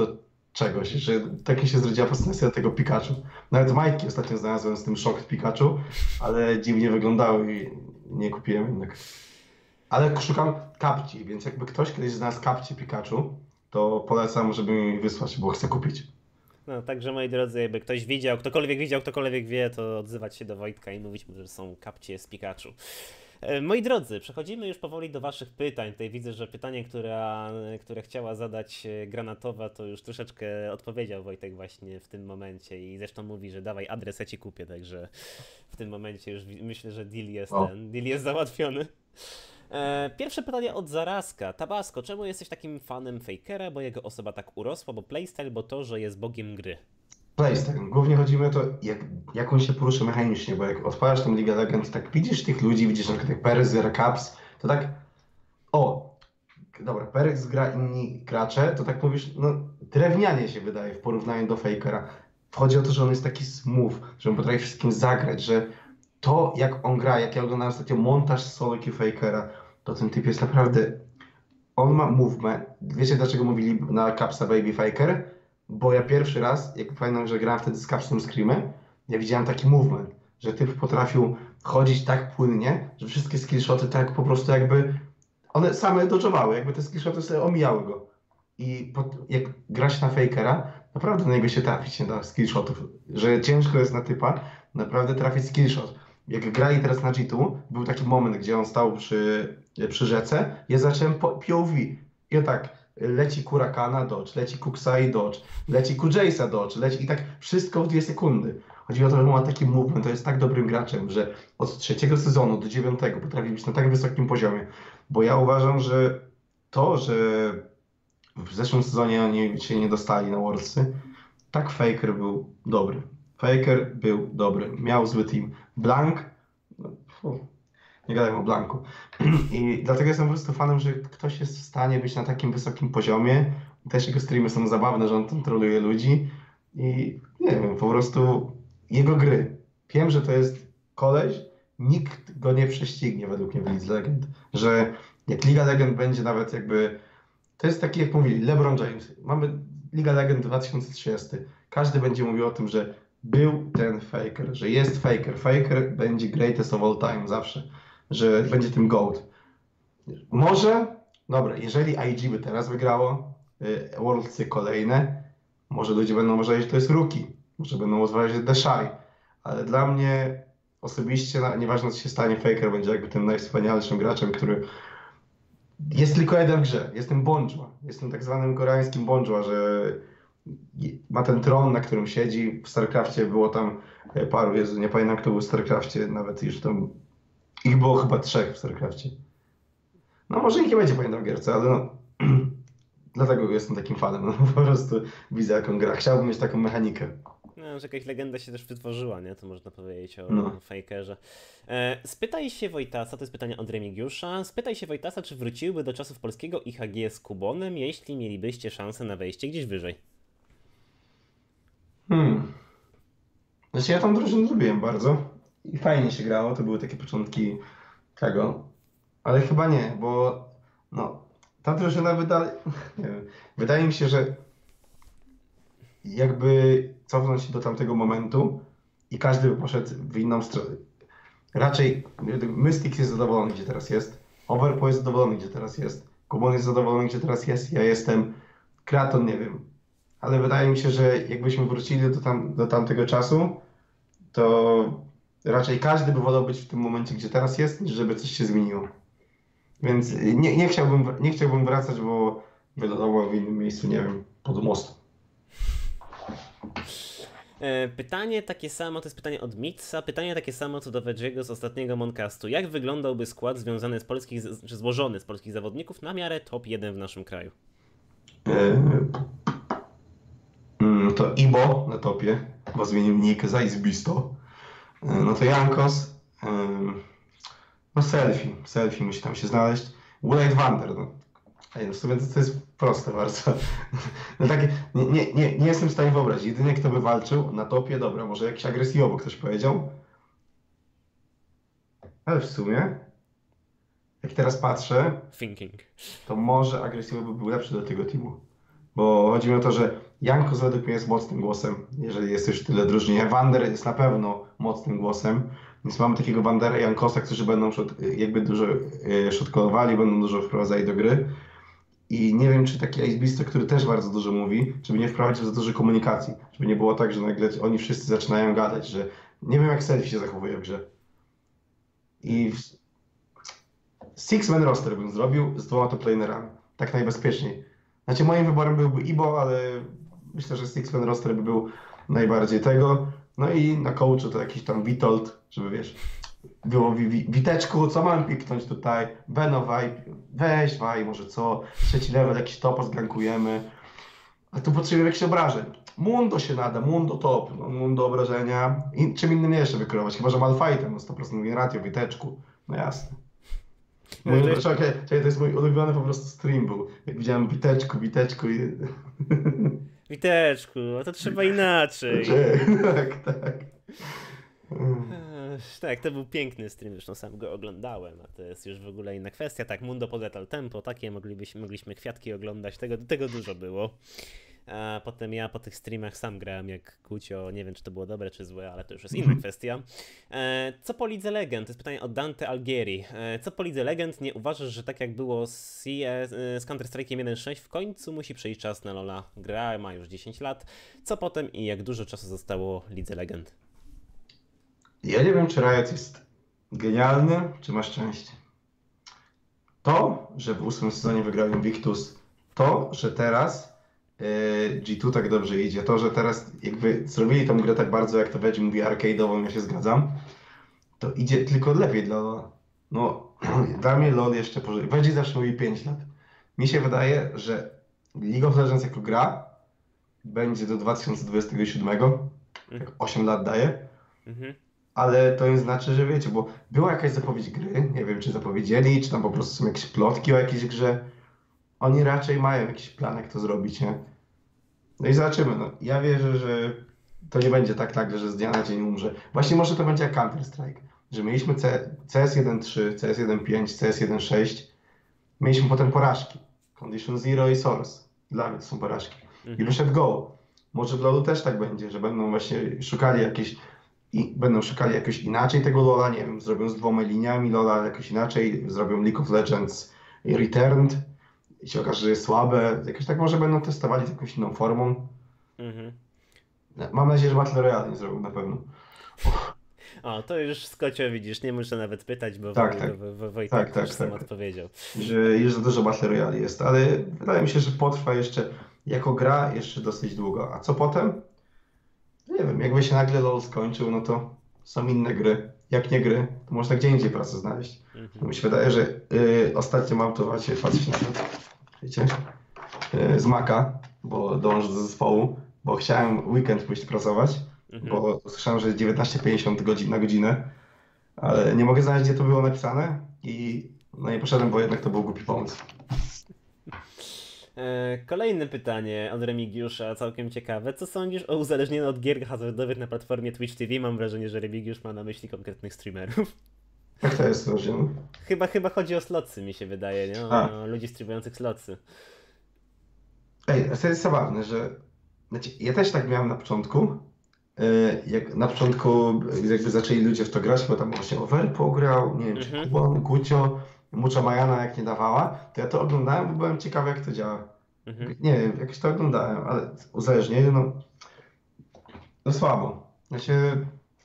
czegoś, że tak mi się zrodziła fascynacja do tego Pikachu. Nawet majtki ostatnio znalazłem z tym Shocked Pikachu, ale dziwnie wyglądały i nie kupiłem jednak. Ale szukam kapci, więc jakby ktoś kiedyś znalazł kapci Pikachu, to polecam, żeby mi wysłać, bo chcę kupić. No, także moi drodzy, jakby ktoś widział, ktokolwiek wie, to odzywać się do Wojtka i mówić mu, że są kapcie z Pikachu. Moi drodzy, przechodzimy już powoli do waszych pytań. Tutaj widzę, że pytanie, które chciała zadać Granatowa, to już troszeczkę odpowiedział Wojtek właśnie w tym momencie i zresztą mówi, że dawaj adres, ja ci kupię, także w tym momencie już myślę, że deal jest załatwiony. Pierwsze pytanie od Zarazka. Tabasco, czemu jesteś takim fanem Fakera, bo jego osoba tak urosła, bo playstyle, bo to, że jest bogiem gry? PlayStation. Głównie chodzi mi o to, jak on się porusza mechanicznie, bo jak odpalasz tą Ligę Legend, tak widzisz tych ludzi, widzisz na przykład jak Perez, Caps, to tak, o, dobra, Perez gra inni gracze, to tak mówisz, no drewnianie się wydaje w porównaniu do Fakera. Chodzi o to, że on jest taki smooth, że on potrafi wszystkim zagrać, że to jak on gra, jak ja oglądałem ostatnio montaż z soloki Fakera, to ten typ jest naprawdę, on ma movement. Wiecie dlaczego mówili na Capsa Baby Faker? Bo ja pierwszy raz, jak pamiętam, że grałem wtedy z Capsem Screamem, ja widziałem taki movement, że typ potrafił chodzić tak płynnie, że wszystkie skillshoty tak po prostu jakby, one same dodżowały, jakby te skillshoty sobie omijały go. I jak gra się na Fakera, naprawdę na niego się trafić nie da skillshotów, że ciężko jest na typa naprawdę trafić skillshot. Jak grali teraz na G2, był taki moment, gdzie on stał przy rzece, ja zacząłem POV i on tak leci Kurakana, dodge, leci Kuksai, dodge, leci Kujace'a, dodge, leci i tak wszystko w 2 sekundy. Chodzi o to, że ma taki movement, to jest tak dobrym graczem, że od 3. sezonu do 9 potrafi być na tak wysokim poziomie, bo ja uważam, że to, że w zeszłym sezonie oni się nie dostali na Worldsy, tak Faker był dobry. Faker był dobry, miał zły team. Blank, no, nie gadajmy o Blanku. I dlatego jestem po prostu fanem, że ktoś jest w stanie być na takim wysokim poziomie. Też jego streamy są zabawne, że on kontroluje ludzi. I nie wiem, po prostu jego gry. Wiem, że to jest koleś, nikt go nie prześcignie według mnie w Lidze Legend. Że jak Liga Legend będzie nawet jakby... To jest taki, jak mówili, LeBron James. Mamy Liga Legend 2030. Każdy będzie mówił o tym, że był ten Faker, że jest Faker. Faker będzie greatest of all time zawsze, że będzie tym GOAT. Może, dobra, jeżeli IG by teraz wygrało Worldsy kolejne, może ludzie będą uważali, że to jest rookie, może będą uważali, że to jest Shy, ale dla mnie osobiście, nieważne co się stanie, Faker będzie jakby tym najwspanialszym graczem, który jest tylko jeden w grze. Jestem Bonjwa. Jestem tak zwanym koreańskim Bonjwa, że ma ten tron, na którym siedzi. W StarCraftie było tam paru, Jezu, nie pamiętam kto był w StarCraftie, nawet już tam ich było chyba 3 w StarCraftie. No może nikt nie będzie pamiętał gierce, ale no dlatego jestem takim fanem. No, po prostu widzę jak on gra. Chciałbym mieć taką mechanikę. No, że jakaś legenda się też wytworzyła, nie? To można powiedzieć o No. Fakerze. Spytaj się Wojtasa, to jest pytanie od Remigiusza. Spytaj się Wojtasa, czy wróciłby do czasów polskiego IHG z Kubonem, jeśli mielibyście szansę na wejście gdzieś wyżej. Znaczy ja tam drużynę lubiłem bardzo i fajnie się grało, to były takie początki tego, ale chyba nie, bo no, ta drużyna nie wiem, wydaje mi się, że jakby cofnąć się do tamtego momentu i każdy by poszedł w inną stronę. Raczej Mystics jest zadowolony, gdzie teraz jest, Overpo jest zadowolony, gdzie teraz jest, Kubon jest zadowolony, gdzie teraz jest, ja jestem, Kraton nie wiem, ale wydaje mi się, że jakbyśmy wrócili do tamtego czasu, to raczej każdy by wolał być w tym momencie, gdzie teraz jest, niż żeby coś się zmieniło. Więc nie chciałbym wracać, bo wylądował w innym miejscu, nie wiem, pod mostem. Pytanie takie samo, to jest pytanie od Mitsa, pytanie takie samo co do Wedgiego z ostatniego Moncastu. Jak wyglądałby skład związany czy złożony z polskich zawodników na miarę top 1 w naszym kraju? To Ibo na topie, bo zmienił nick za Izbisto. No to Jankos. No selfie musi tam się znaleźć. Woolite Wander, no. W sumie to jest proste bardzo. No takie, nie jestem w stanie wyobrazić. Jedynie kto by walczył na topie, dobra, może jakiś agresjowo ktoś powiedział. Ale w sumie, jak teraz patrzę, Thinking. to może agresjowo by był lepszy do tego teamu. Bo chodzi mi o to, że Jankos według mnie jest mocnym głosem, jeżeli jest już tyle drużynie. Wander jest na pewno mocnym głosem, więc mamy takiego Wandera i Jankosa, którzy będą jakby dużo shotcallowali, będą dużo wprowadzali do gry. I nie wiem, czy taki Ace Beast, który też bardzo dużo mówi, żeby nie wprowadzić za dużo komunikacji, żeby nie było tak, że nagle oni wszyscy zaczynają gadać, że nie wiem, jak Selfie się zachowuje w grze. I Six-man roster bym zrobił z 2 toplanerami, tak najbezpieczniej. Znaczy moim wyborem byłby Ibo, ale myślę, że Six-man roster by był najbardziej tego. No i na coachu to jakiś tam Witold, żeby wiesz, było Witeczku, co mam piknąć tutaj? Beno, weź, może co? 3. level, jakiś topa zgankujemy. A tu potrzebujemy jakichś obrażeń. Mundo się nada, Mundo top, no, Mundo obrażenia. I czym innym jeszcze wykreować? Chyba, że Malfightem, no 100% generatio, Witeczku. No jasne. Czekaj, to jest mój ulubiony po prostu stream był. Jak widziałem Witeczku i... Witeczku, to trzeba inaczej. Tak. Tak, to był piękny stream, zresztą sam go oglądałem, a to jest już w ogóle inna kwestia. Tak, Mundo Podletal Tempo, takie mogliśmy kwiatki oglądać, tego dużo było. A potem ja po tych streamach sam grałem jak Kucio, nie wiem czy to było dobre czy złe, ale to już jest inna kwestia. Co po Lidze Legend? To jest pytanie od Dante Algieri. Co po Lidze Legend? Nie uważasz, że tak jak było z Counter-Strike'iem 1.6 w końcu musi przyjść czas na LoL'a? Gra ma już 10 lat. Co potem i jak dużo czasu zostało Lidze Legend? Ja nie wiem, czy Riot jest genialny, czy ma szczęście. To, że w 8. sezonie wygrał Invictus, to, że teraz G2 tak dobrze idzie, to, że teraz jakby zrobili tą grę tak bardzo, jak to Wedge mówi, arcade'ową, ja się zgadzam, to idzie tylko lepiej dla LoL'a. No, dla mnie LoL jeszcze pożyje. Wedge zawsze mówi 5 lat. Mi się wydaje, że League of Legends jako gra będzie do 2027, tak 8 lat daje. Ale to nie znaczy, że wiecie, bo była jakaś zapowiedź gry, nie wiem czy zapowiedzieli, czy tam po prostu są jakieś plotki o jakiejś grze. Oni raczej mają jakiś plan, jak to zrobić, nie? No i zobaczymy, no. Ja wierzę, że to nie będzie tak nagle, że z dnia na dzień umrze. Właśnie może to będzie jak Counter-Strike, że mieliśmy CS 1.3, CS 1.5, CS 1.6, mieliśmy potem porażki. Condition Zero i Source. Dla mnie to są porażki. I wyszedł Go. Może w LoLu też tak będzie, że będą właśnie szukali jakieś i będą szukali jakoś inaczej tego LoL'a, nie wiem, zrobią z 2 liniami LoL'a jakoś inaczej, zrobią League of Legends Returned i się okaże, że jest słabe, jakoś tak może będą testowali z jakąś inną formą. Mam nadzieję, że Battle Royale nie zrobią na pewno. O, to już Skocio widzisz, nie muszę nawet pytać, bo Wojtek już sam odpowiedział. Że już za dużo Battle Royale jest, ale wydaje mi się, że potrwa jeszcze, jako gra jeszcze dosyć długo. A co potem? Nie wiem, jakby się nagle LoL skończył, no to są inne gry. Jak nie gry, to można gdzie indziej pracę znaleźć. Mi się wydaje, że ostatnio mam to właśnie patrzeć na to, wiecie, z Maca, bo dążę do zespołu, bo chciałem weekend pójść pracować, bo słyszałem, że jest 19,50 godzin na godzinę, ale nie mogę znaleźć, gdzie to było napisane i no nie poszedłem, bo jednak to był głupi pomysł. Kolejne pytanie od Remigiusza, całkiem ciekawe. Co sądzisz o uzależnieniu od gier hazardowych na platformie Twitch TV? Mam wrażenie, że Remigiusz ma na myśli konkretnych streamerów. Jak to jest rozdział? Chyba chodzi o slotsy, mi się wydaje, nie? O ludzi streamujących slotsy. Ej, to jest zabawne, że znaczy, ja też tak miałem na początku. Jak na początku jakby zaczęli ludzie w to grać, bo tam właśnie Overpo grał, nie wiem, czy Kubon, Gucio, Mucha Majana jak nie dawała, to ja to oglądałem, bo byłem ciekawy jak to działa. Nie wiem, jakoś to oglądałem, ale uzależnienie, no słabo. Znaczy,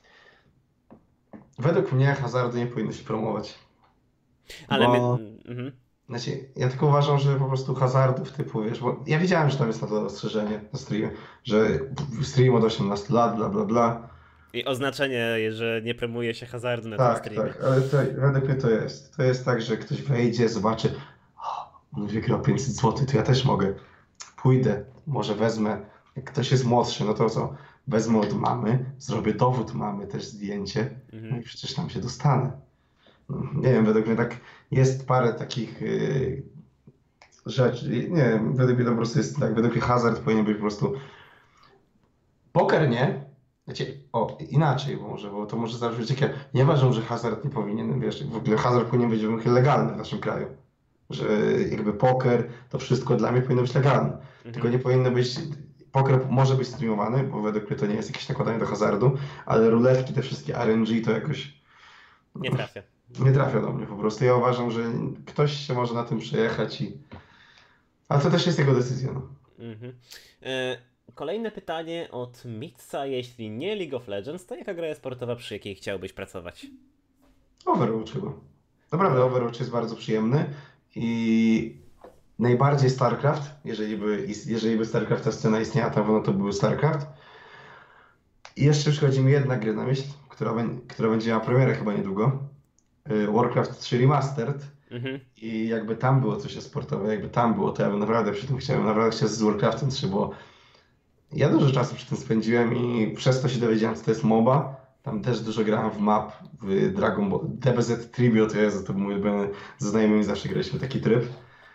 według mnie hazardu nie powinno się promować. Ale Znaczy, ja tylko uważam, że po prostu hazardów typu, wiesz, bo ja wiedziałem, że tam jest na to ostrzeżenie na streamie, że stream od 18 lat, bla bla bla. I oznaczenie, że nie promuje się hazardu na tym streamie. Tak, ale według mnie to jest. To jest tak, że ktoś wejdzie, zobaczy, on wygrał 500 zł, to ja też mogę. Pójdę, może wezmę, jak ktoś jest młodszy, no to co? Wezmę od mamy, zrobię dowód mamy, też zdjęcie, no i przecież tam się dostanę. Nie wiem, według mnie tak jest parę takich rzeczy, nie wiem, według mnie to po prostu jest tak, według mnie hazard powinien być po prostu poker, nie? Znaczy, inaczej może, bo to może zabrzmieć jak nie uważam, że hazard nie powinien, wiesz, w ogóle hazard powinien być legalny w naszym kraju. Że jakby poker, to wszystko dla mnie powinno być legalne. Tylko nie powinno być Poker może być streamowany, bo według mnie to nie jest jakieś nakładanie do hazardu, ale ruletki, te wszystkie RNG to jakoś Nie trafia. nie trafia do mnie po prostu. Ja uważam, że ktoś się może na tym przejechać ale to też jest jego decyzja, no. Mhm. Kolejne pytanie od Mitsa. Jeśli nie League of Legends, to jaka gra sportowa, przy jakiej chciałbyś pracować? Overwatch chyba. Naprawdę Overwatch jest bardzo przyjemny i najbardziej StarCraft, jeżeli by StarCrafta scena istniała, to był StarCraft. I jeszcze przychodzi mi jedna gra na myśl, która będzie miała premierę chyba niedługo. Warcraft 3 Remastered. I jakby tam było coś sportowe, jakby tam było, to ja bym naprawdę przy tym chciał z Warcraftem 3, bo ja dużo czasu przy tym spędziłem i przez to się dowiedziałem, co to jest MOBA. Tam też dużo grałem w map, w Dragon Ball, DBZ Tribute, to był mój ulubiony, ze znajomymi zawsze graliśmy taki tryb.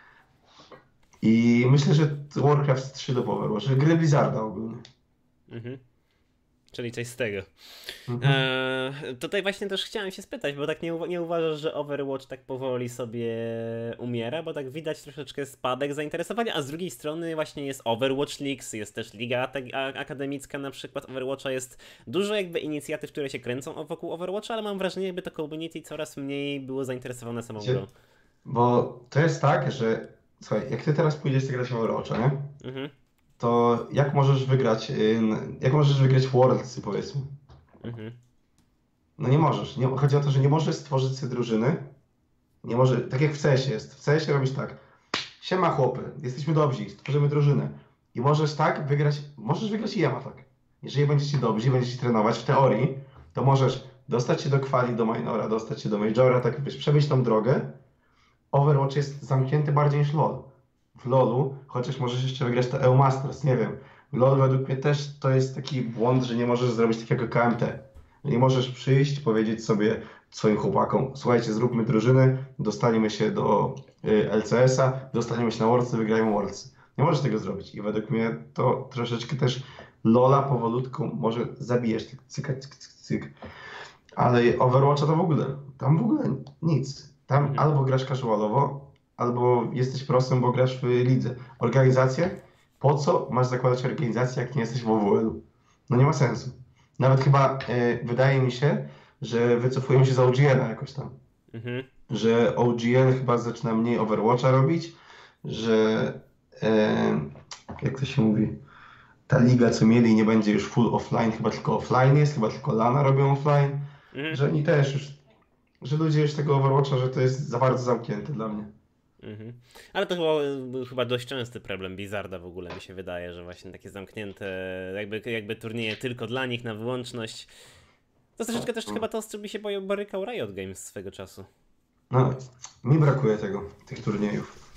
I myślę, że Warcraft 3 do Overwatch, że gry Blizzarda ogólnie. Czyli coś z tego. Tutaj właśnie też chciałem się spytać, bo tak nie uważasz, że Overwatch tak powoli sobie umiera, bo tak widać troszeczkę spadek zainteresowania, a z drugiej strony właśnie jest Overwatch Leagues, jest też Liga Akademicka na przykład Overwatcha, jest dużo jakby inicjatyw, które się kręcą wokół Overwatcha, ale mam wrażenie, jakby to community coraz mniej było zainteresowane samą grą. Bo to jest tak, że słuchaj, jak ty teraz pójdziesz zagrać w Overwatcha, nie? To jak możesz wygrać Worldsy, powiedzmy? No nie możesz. Chodzi o to, że nie możesz stworzyć sobie drużyny. Nie może, tak jak w CS jest. W CS robisz tak. Siema chłopy, jesteśmy dobrzy, stworzymy drużynę. I możesz tak wygrać, i ja tak. Jeżeli będziecie dobrzy i będziecie trenować w teorii, to możesz dostać się do kwali, do minora, dostać się do majora, tak wiesz, przebyć tą drogę. Overwatch jest zamknięty bardziej niż LoL. W LoLu, chociaż możesz jeszcze wygrać to EU Masters, nie wiem. W LoL według mnie też to jest taki błąd, że nie możesz zrobić takiego KMT. Nie możesz przyjść, powiedzieć sobie swoim chłopakom, słuchajcie, zróbmy drużyny, dostaniemy się do LCS-a, dostaniemy się na Worldsy, wygrajmy Worldsy. Nie możesz tego zrobić i według mnie to troszeczkę też LoLa powolutku może zabijesz, cyk. Ale Overwatcha to tam w ogóle nic. Tam albo grasz casualowo, albo jesteś prosem, bo grasz w lidze. Organizację? Po co masz zakładać organizację, jak nie jesteś w OWL-u? No nie ma sensu. Nawet chyba wydaje mi się, że wycofują się z OGL-a jakoś tam. Że OGL chyba zaczyna mniej Overwatcha robić, że jak to się mówi, ta liga co mieli nie będzie już full offline, chyba tylko offline jest, chyba tylko LANa robią offline, że oni też już, że ludzie już tego Overwatcha, że to jest za bardzo zamknięte dla mnie. Ale to był chyba dość częsty problem Blizzarda w ogóle, mi się wydaje, że właśnie takie zamknięte jakby turnieje tylko dla nich na wyłączność. To troszeczkę też chyba to, z czym mi się borykał Riot Games swego czasu. No, mi brakuje tych turniejów.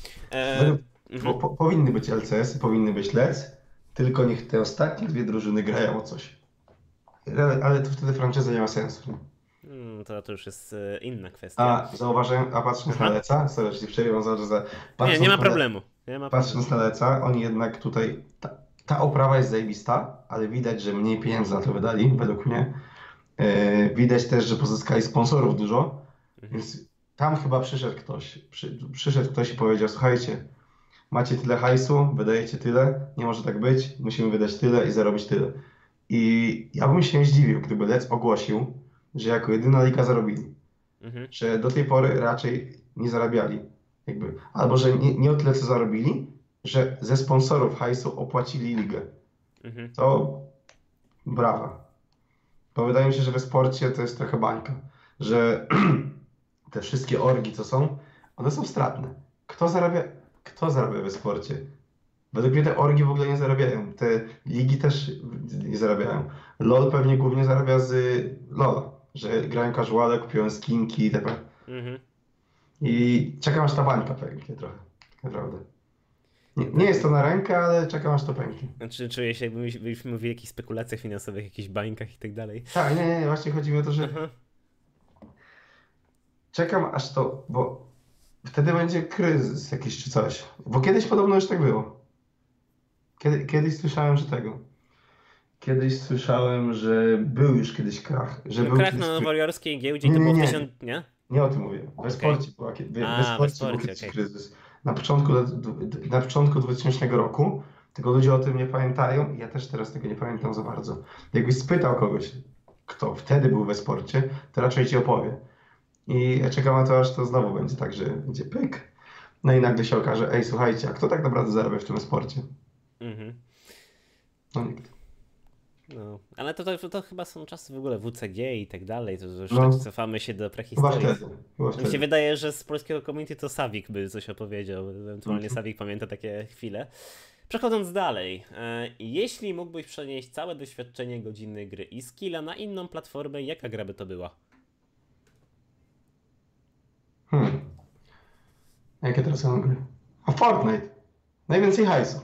Powinny być LCS-y, powinny być LEC, tylko niech te ostatnie dwie drużyny grają o coś. Ale to wtedy franczyza nie ma sensu. To już jest inna kwestia. Patrząc na Leca, sorry, że przerywam za... Nie ma problemu. Patrząc na Leca, oni jednak tutaj, ta oprawa jest zajebista, ale widać, że mniej pieniędzy na to wydali, według mnie. Widać też, że pozyskali sponsorów dużo, więc tam chyba przyszedł ktoś i powiedział, słuchajcie, macie tyle hajsu, wydajecie tyle, nie może tak być, musimy wydać tyle i zarobić tyle. I ja bym się nie zdziwił, gdyby Lec ogłosił, że jako jedyna liga zarobili. Że do tej pory raczej nie zarabiali. Albo że nie o tyle co zarobili, że ze sponsorów hajsu opłacili ligę. To brawa. Bo wydaje mi się, że we sporcie to jest trochę bańka. Że te wszystkie orgi co są, one są stratne. Kto zarabia we sporcie? Według mnie te orgi w ogóle nie zarabiają. Te ligi też nie zarabiają. LoL pewnie głównie zarabia z LoLa. Że grają casuale, kupują skinki itp. I czekam aż ta bańka pęknie trochę. Naprawdę. Nie jest to na rękę, ale czekam aż to pęknie. Znaczy czuję się, jakbyśmy mówili o jakichś spekulacjach finansowych, jakichś bańkach i tak dalej. Tak, nie, właśnie chodzi mi o to, że czekam aż to, bo wtedy będzie kryzys jakiś czy coś. Bo kiedyś podobno już tak było. Kiedyś słyszałem, że Kiedyś słyszałem, że był już kiedyś krach. Że był krach na nowojorskiej giełdzie to było w 1000... Nie? Nie o tym mówię. We sporcie był kiedyś kryzys. Na początku 2000 roku tylko ludzie o tym nie pamiętają i ja też teraz tego nie pamiętam za bardzo. Jakbyś spytał kogoś, kto wtedy był we sporcie, to raczej ci opowie. I ja czekam na to, aż to znowu będzie tak, że będzie pyk. No i nagle się okaże, ej, słuchajcie, a kto tak naprawdę zarabia w tym sporcie? Mhm. No nikt. No, ale to chyba są czasy w ogóle WCG i tak dalej, to już tak No, cofamy się do chyba prehistorii. wtedy. Chyba Mi się wtedy. wydaje, że z polskiego community to Sawik by coś opowiedział, ewentualnie Mhm. Sawik pamięta takie chwile. Przechodząc dalej, jeśli mógłbyś przenieść całe doświadczenie godziny gry i skilla na inną platformę, jaka gra by to była? Hmm. Jakie teraz są gry? A Fortnite. Najwięcej hajsu.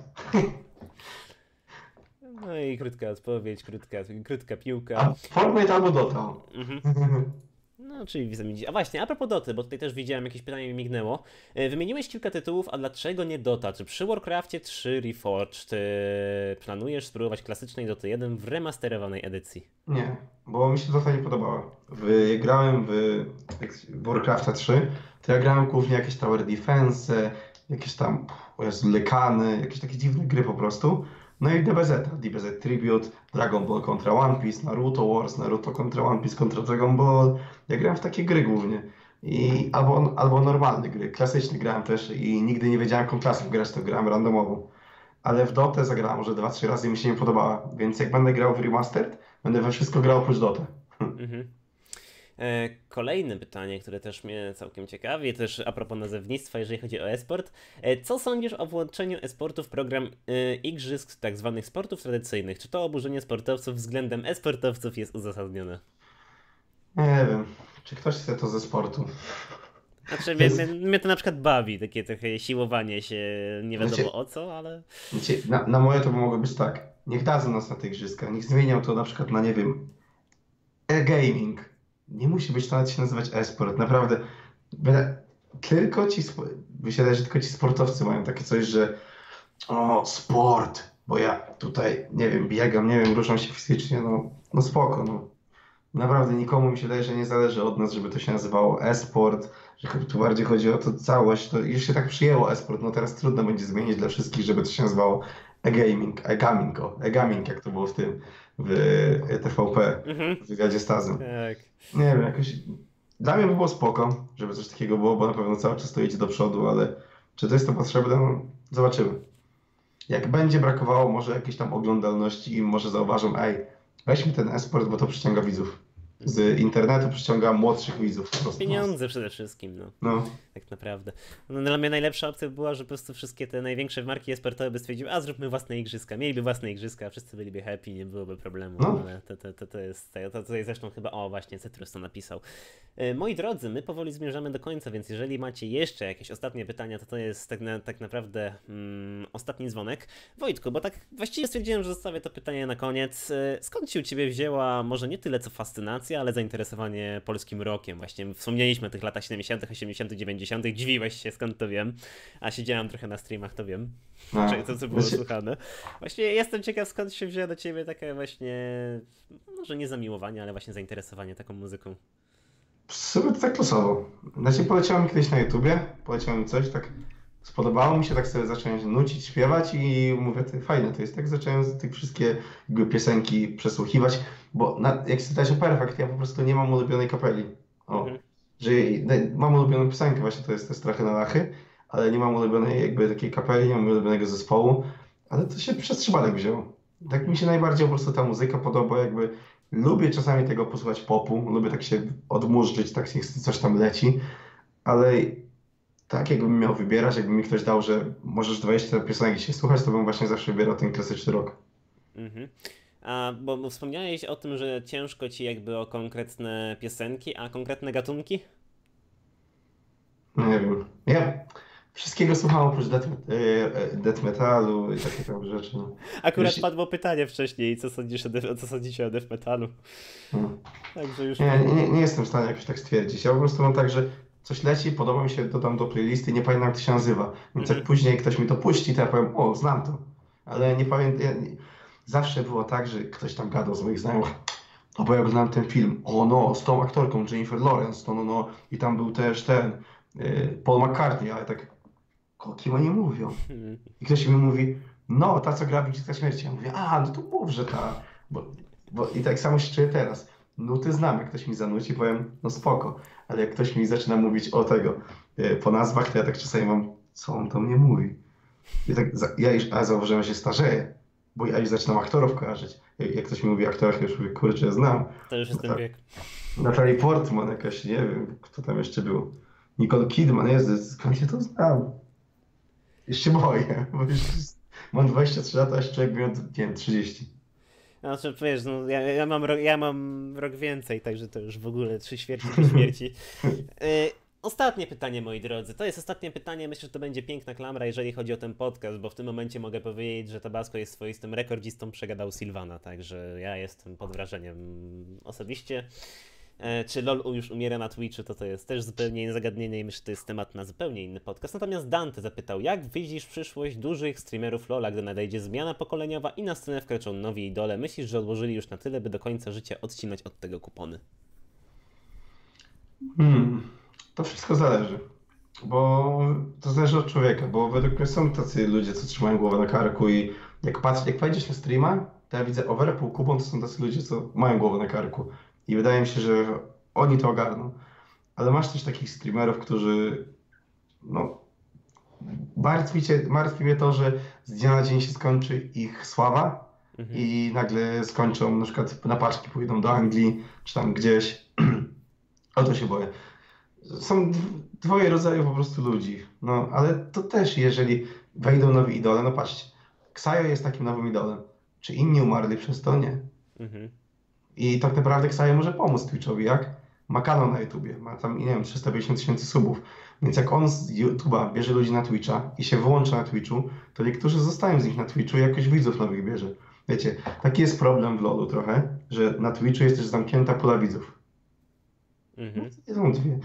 No i krótka odpowiedź, krótka piłka. A Fortnite albo Dota. Mhm. No, czyli widzę. A właśnie, a propos Doty, bo tutaj też widziałem jakieś pytanie mi mignęło. Wymieniłeś kilka tytułów, a dlaczego nie Dota? Czy przy Warcraftie 3 Reforged planujesz spróbować klasycznej Doty 1 w remasterowanej edycji? Nie, bo mi się Dota nie podobała. Grałem w Warcrafta 3, to ja grałem głównie jakieś Tower Defense, jakieś tam, o Jezu, Lekany, jakieś takie dziwne gry po prostu. No i DBZ Tribute, Dragon Ball kontra One Piece, Naruto Wars, Naruto kontra One Piece kontra Dragon Ball. Ja grałem w takie gry głównie. Albo normalne gry, klasyczne grałem też i nigdy nie wiedziałem jaką klasą grać, to grałem randomowo. Ale w Dotę zagrałem może 2-3 razy i mi się nie podobała. Więc jak będę grał w Remastered, będę we wszystko grał oprócz Dotę. Mhm. Kolejne pytanie, które też mnie całkiem ciekawi, też a propos nazewnictwa, jeżeli chodzi o e-sport. Co sądzisz o włączeniu e-sportu w program igrzysk tak zwanych sportów tradycyjnych? Czy to oburzenie sportowców względem e-sportowców jest uzasadnione? Nie wiem, czy ktoś chce to ze sportu. Znaczy, To jest, mnie to na przykład bawi, takie trochę siłowanie się nie znaczy, wiadomo o co, ale... na moje to by mogło być tak. Niech dadzą nas na te igrzyska. Niech zmienią to na przykład na, nie wiem, e-gaming. Nie musi być to nawet się nazywać e-sport. Naprawdę. Byle- Tylko myślę, że tylko ci sportowcy mają takie coś, że o, sport, bo ja tutaj, nie wiem, biegam, nie wiem, ruszam się fizycznie, no spoko, no. Naprawdę nikomu mi się wydaje, że nie zależy od nas, żeby to się nazywało e-sport, że tu bardziej chodzi o to całość. To już się tak przyjęło e-sport, no teraz trudno będzie zmienić dla wszystkich, żeby to się nazywało e-gaming, jak to było w TVP, Mhm, w wywiadzie z Tazem. tak. Nie wiem, jakoś dla mnie by było spoko, żeby coś takiego było, bo na pewno cały czas to idzie do przodu, ale czy to jest to potrzebne? No, zobaczymy. Jak będzie brakowało może jakiejś tam oglądalności i może zauważą, ej, weźmy ten e-sport, bo to przyciąga widzów. Z internetu przyciąga młodszych widzów po prostu. Pieniądze przede wszystkim, no. No, Tak naprawdę. No, dla mnie najlepsza opcja była, że po prostu wszystkie te największe marki e-sportowe by stwierdziły, a zróbmy własne igrzyska. Mieliby własne igrzyska, wszyscy byliby happy, nie byłoby problemu, no. ale to jest, to tutaj zresztą chyba, o właśnie, Cetrus to napisał. Moi drodzy, my powoli zmierzamy do końca, więc jeżeli macie jeszcze jakieś ostatnie pytania, to jest tak naprawdę ostatni dzwonek. Wojtku, bo tak właściwie stwierdziłem, że zostawię to pytanie na koniec. Skąd się u ciebie wzięła może nie tyle co fascynacja, ale zainteresowanie polskim rockiem? Właśnie wspomnieliśmy o tych latach 70., 80., 90., dziwiłeś się, skąd to wiem, a siedziałem trochę na streamach, to wiem, No. czego to co było Znaczy, słuchane. Właśnie jestem ciekaw, skąd się wzięła do ciebie takie właśnie, może nie zamiłowanie, ale właśnie zainteresowanie taką muzyką. w sumie to tak losowo. Znaczy poleciało mi kiedyś na YouTubie, poleciało mi coś, tak spodobało mi się, tak sobie zacząłem nucić, śpiewać i mówię, ty fajne to jest. Tak zacząłem tych wszystkie jakby piosenki przesłuchiwać, bo jak czytać o Perfect, ja po prostu nie mam ulubionej kapeli. O, Mhm. że mam ulubioną piosenkę, właśnie to jest trochę na lachy, ale nie mam ulubionej jakby takiej kapeli, nie mam ulubionego zespołu, ale to się przez przypadek wzięło. Tak mi się najbardziej po prostu ta muzyka podoba, jakby lubię czasami tego posłuchać popu, lubię tak się odmurzyć, tak się coś tam leci, ale tak jakbym miał wybierać, jakby mi ktoś dał, że możesz 20 piosenek się słuchać, to bym właśnie zawsze wybierał ten klasyczny rock. Mhm. A bo wspomniałeś o tym, że ciężko ci jakby o konkretne piosenki, a konkretne gatunki? No nie wiem. Ja wszystkiego słucham oprócz death metalu i takie tam rzeczy. No. Akurat Już, padło pytanie wcześniej, co sądzicie o death metalu? no. Także już... Nie jestem w stanie jakoś tak stwierdzić. Ja po prostu mam tak, że coś leci, podoba mi się, dodam do playlisty, nie pamiętam jak to się nazywa. Więc jak Mhm. później ktoś mi to puści, to ja powiem, o, znam to. Ale nie pamiętam. Zawsze było tak, że ktoś tam gadał z moich znajomych. No bo ja oglądałem ten film, o no, z tą aktorką Jennifer Lawrence, to no, i tam był też Paul McCartney, ale tak, o kim oni mówią? Mhm. I ktoś mi mówi, no, ta co gra Widziska Śmierci. Ja mówię, a, no to mów, że ta, bo i tak samo się czuję teraz. Nuty znam, jak ktoś mi zanuci, powiem, no spoko, ale jak ktoś mi zaczyna mówić o tego po nazwach, to ja tak czasami mam, co on to mnie mówi. I tak, ja już, a zauważyłem, że się starzeję, bo ja już zaczynam aktorów kojarzyć. Jak ktoś mi mówi o aktorach, już mówię, kurczę, ja znam. To już jest ten wiek. Natalie Portman jakaś, nie wiem, kto tam jeszcze był. Nicole Kidman, Jezu, skąd się to znam? Już się boję, bo już mam 23 lata, a jeszcze człowiek miał, nie wiem, 30. Znaczy, wiesz, no, ja mam rok więcej, także to już w ogóle 3 śmierci po śmierci. Ostatnie pytanie, moi drodzy. To jest ostatnie pytanie. Myślę, że to będzie piękna klamra, jeżeli chodzi o ten podcast, bo w tym momencie mogę powiedzieć, że Tabasco jest swoistym rekordzistą, przegadał Sylwana, także ja jestem pod wrażeniem osobiście. Czy LoL już umiera na Twitchu, to jest też zupełnie inne zagadnienie i myślę, że to jest temat na zupełnie inny podcast. Natomiast Dante zapytał, jak widzisz przyszłość dużych streamerów LoL'a, gdy nadejdzie zmiana pokoleniowa i na scenę wkroczą nowi idole? Myślisz, że odłożyli już na tyle, by do końca życia odcinać od tego kupony? To wszystko zależy, bo to zależy od człowieka, bo według mnie są tacy ludzie, co trzymają głowę na karku i jak wejdziesz na streama, to ja widzę pół kupon, to są tacy ludzie, co mają głowę na karku i wydaje mi się, że oni to ogarną, ale masz też takich streamerów, którzy, no, martwi mnie to, że z dnia na dzień się skończy ich sława i nagle skończą, na przykład na paczki pójdą do Anglii, czy tam gdzieś, o to się boję. Są dwoje rodzajów po prostu ludzi, no ale to też jeżeli wejdą nowi idole, no patrzcie, Ksajo jest takim nowym idolem, czy inni umarli przez to? Nie. I tak naprawdę Ksajo może pomóc Twitchowi, jak? Ma kanał na YouTubie, ma tam, nie wiem, 350 000 subów, więc jak on z YouTube'a bierze ludzi na Twitcha i się wyłącza na Twitchu, to niektórzy zostają z nich na Twitchu i jakoś widzów nowych bierze. Wiecie, taki jest problem w LoLu trochę, że na Twitchu jest też zamknięta pula widzów. Nie wątpię.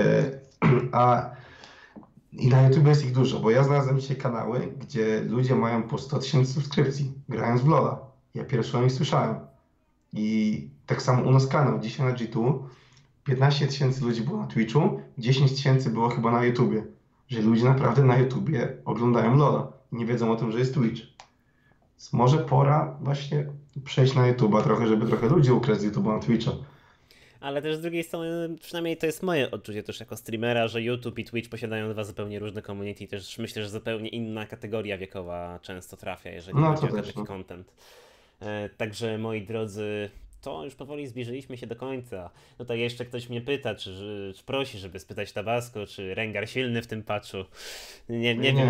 I na YouTube jest ich dużo, bo ja znalazłem dzisiaj kanały, gdzie ludzie mają po 100 000 subskrypcji, grając w LoL'a. Ja pierwszy o nich słyszałem. I tak samo u nas kanał, dzisiaj na G2, 15 000 ludzi było na Twitchu, 10 000 było chyba na YouTubie. Że ludzie naprawdę na YouTubie oglądają LoL'a i nie wiedzą o tym, że jest Twitch. Więc może pora właśnie przejść na YouTube'a trochę, żeby trochę ludzi ukraść z YouTube'a na Twitcha. Ale też z drugiej strony, przynajmniej to jest moje odczucie też jako streamera, że YouTube i Twitch posiadają dwa zupełnie różne community. Też myślę, że zupełnie inna kategoria wiekowa często trafia, jeżeli chodzi o taki content. Także moi drodzy, to już powoli zbliżyliśmy się do końca. Tutaj jeszcze ktoś mnie pyta, czy prosi, żeby spytać Tabasco, czy Rengar silny w tym patchu. Nie wiem.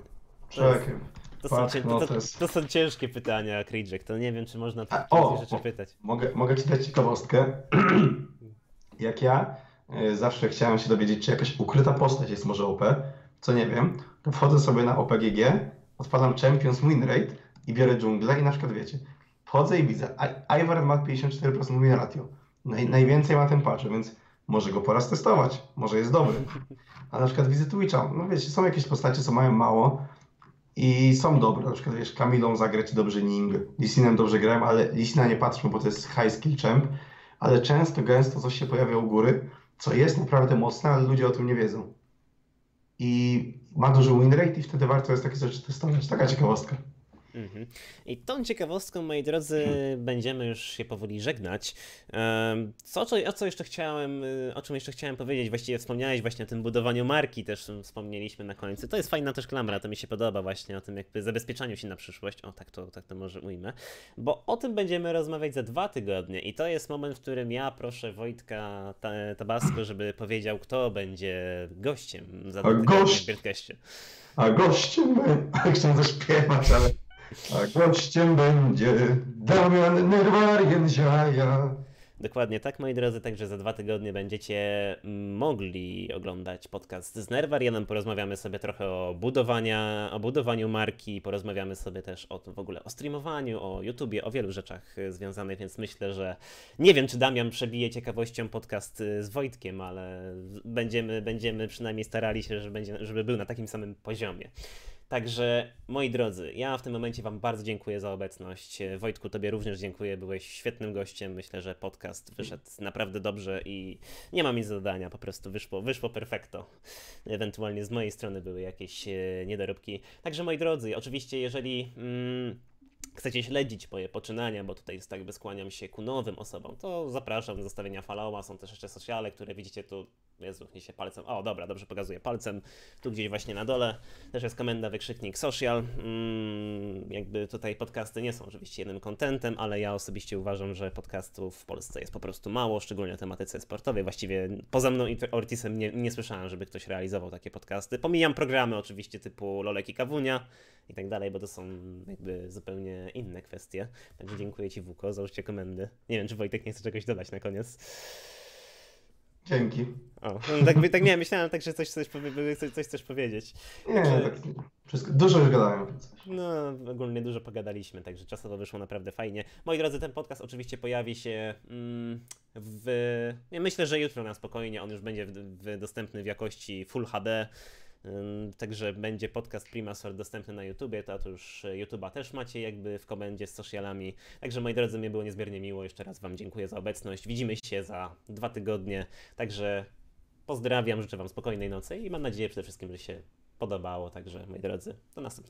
To są ciężkie pytania, Kridżek. To nie wiem, czy można takie rzeczy pytać. Mogę ci dać ciekawostkę. Jak ja zawsze chciałem się dowiedzieć, czy jakaś ukryta postać jest może OP, co nie wiem, to wchodzę sobie na OPGG, odpalam Champions Win Rate i biorę dżunglę i na przykład wiecie, wchodzę i widzę, Ivar ma 54% win ratio. Najwięcej ma ten patch, więc może go po raz testować, może jest dobry. A na przykład widzę Twitcha, no wiecie, są jakieś postacie, co mają mało, i są dobre, na przykład wiesz, Kamilą zagra ci dobrze Ning, Lisinem dobrze grałem, ale Lisina nie patrzmy, bo to jest high skill champ, ale gęsto coś się pojawia u góry, co jest naprawdę mocne, ale ludzie o tym nie wiedzą. I ma duży win rate i wtedy warto jest takie rzeczy testować. Taka ciekawostka. I tą ciekawostką, moi drodzy, będziemy już się powoli żegnać. O czym jeszcze chciałem powiedzieć, właściwie wspomniałeś właśnie o tym budowaniu marki, też wspomnieliśmy na końcu. To jest fajna też klamra, to mi się podoba właśnie o tym jakby zabezpieczaniu się na przyszłość. O, tak to może ujmę. Bo o tym będziemy rozmawiać za 2 tygodnie i to jest moment, w którym ja proszę Wojtka Tabasco, żeby powiedział, kto będzie gościem za 2 tygodnie w Beardcaście. A gościem chciałem zaśpiewać, ale... A gościem będzie Damian Nerwarien Ziaja. Dokładnie tak, moi drodzy, także za 2 tygodnie będziecie mogli oglądać podcast z Nerwarianem. Porozmawiamy sobie trochę o budowaniu marki, porozmawiamy sobie też w ogóle o streamowaniu, o YouTubie, o wielu rzeczach związanych, więc myślę, że nie wiem, czy Damian przebije ciekawością podcast z Wojtkiem, ale będziemy przynajmniej starali się, żeby był na takim samym poziomie. Także, moi drodzy, ja w tym momencie Wam bardzo dziękuję za obecność. Wojtku, Tobie również dziękuję, byłeś świetnym gościem. Myślę, że podcast wyszedł naprawdę dobrze i nie mam nic do dodania, po prostu wyszło perfekto. Ewentualnie z mojej strony były jakieś niedoróbki. Także, moi drodzy, oczywiście, jeżeli chcecie śledzić moje poczynania, bo tutaj jest jakby skłaniam się ku nowym osobom, to zapraszam do zostawienia followa. Są też jeszcze sociale, które widzicie tu. Jezu, się palcem. O, dobra, dobrze pokazuję palcem. Tu gdzieś właśnie na dole też jest komenda, wykrzyknik social. Jakby tutaj podcasty nie są oczywiście jednym contentem, ale ja osobiście uważam, że podcastów w Polsce jest po prostu mało, szczególnie na tematyce sportowej. Właściwie poza mną i Ortisem nie słyszałem, żeby ktoś realizował takie podcasty. Pomijam programy oczywiście typu Lolek i Kawunia i tak dalej, bo to są jakby zupełnie inne kwestie. Także dziękuję Ci, Wuko, za użycie komendy. Nie wiem, czy Wojtek nie chce czegoś dodać na koniec. Dzięki. O, no, tak nie, myślałem tak, że coś chcesz powiedzieć. Nie, tak, dużo już gadałem. No, ogólnie dużo pogadaliśmy, także czasowo wyszło naprawdę fajnie. Moi drodzy, ten podcast oczywiście pojawi się myślę, że jutro na spokojnie, on już będzie dostępny w jakości Full HD. Także będzie podcast Primasort dostępny na YouTubie, to już YouTube'a też macie jakby w komendzie z socialami. Także moi drodzy, mnie było niezmiernie miło, jeszcze raz Wam dziękuję za obecność. Widzimy się za 2 tygodnie, także pozdrawiam, życzę Wam spokojnej nocy i mam nadzieję przede wszystkim, że się podobało. Także moi drodzy, do następnego.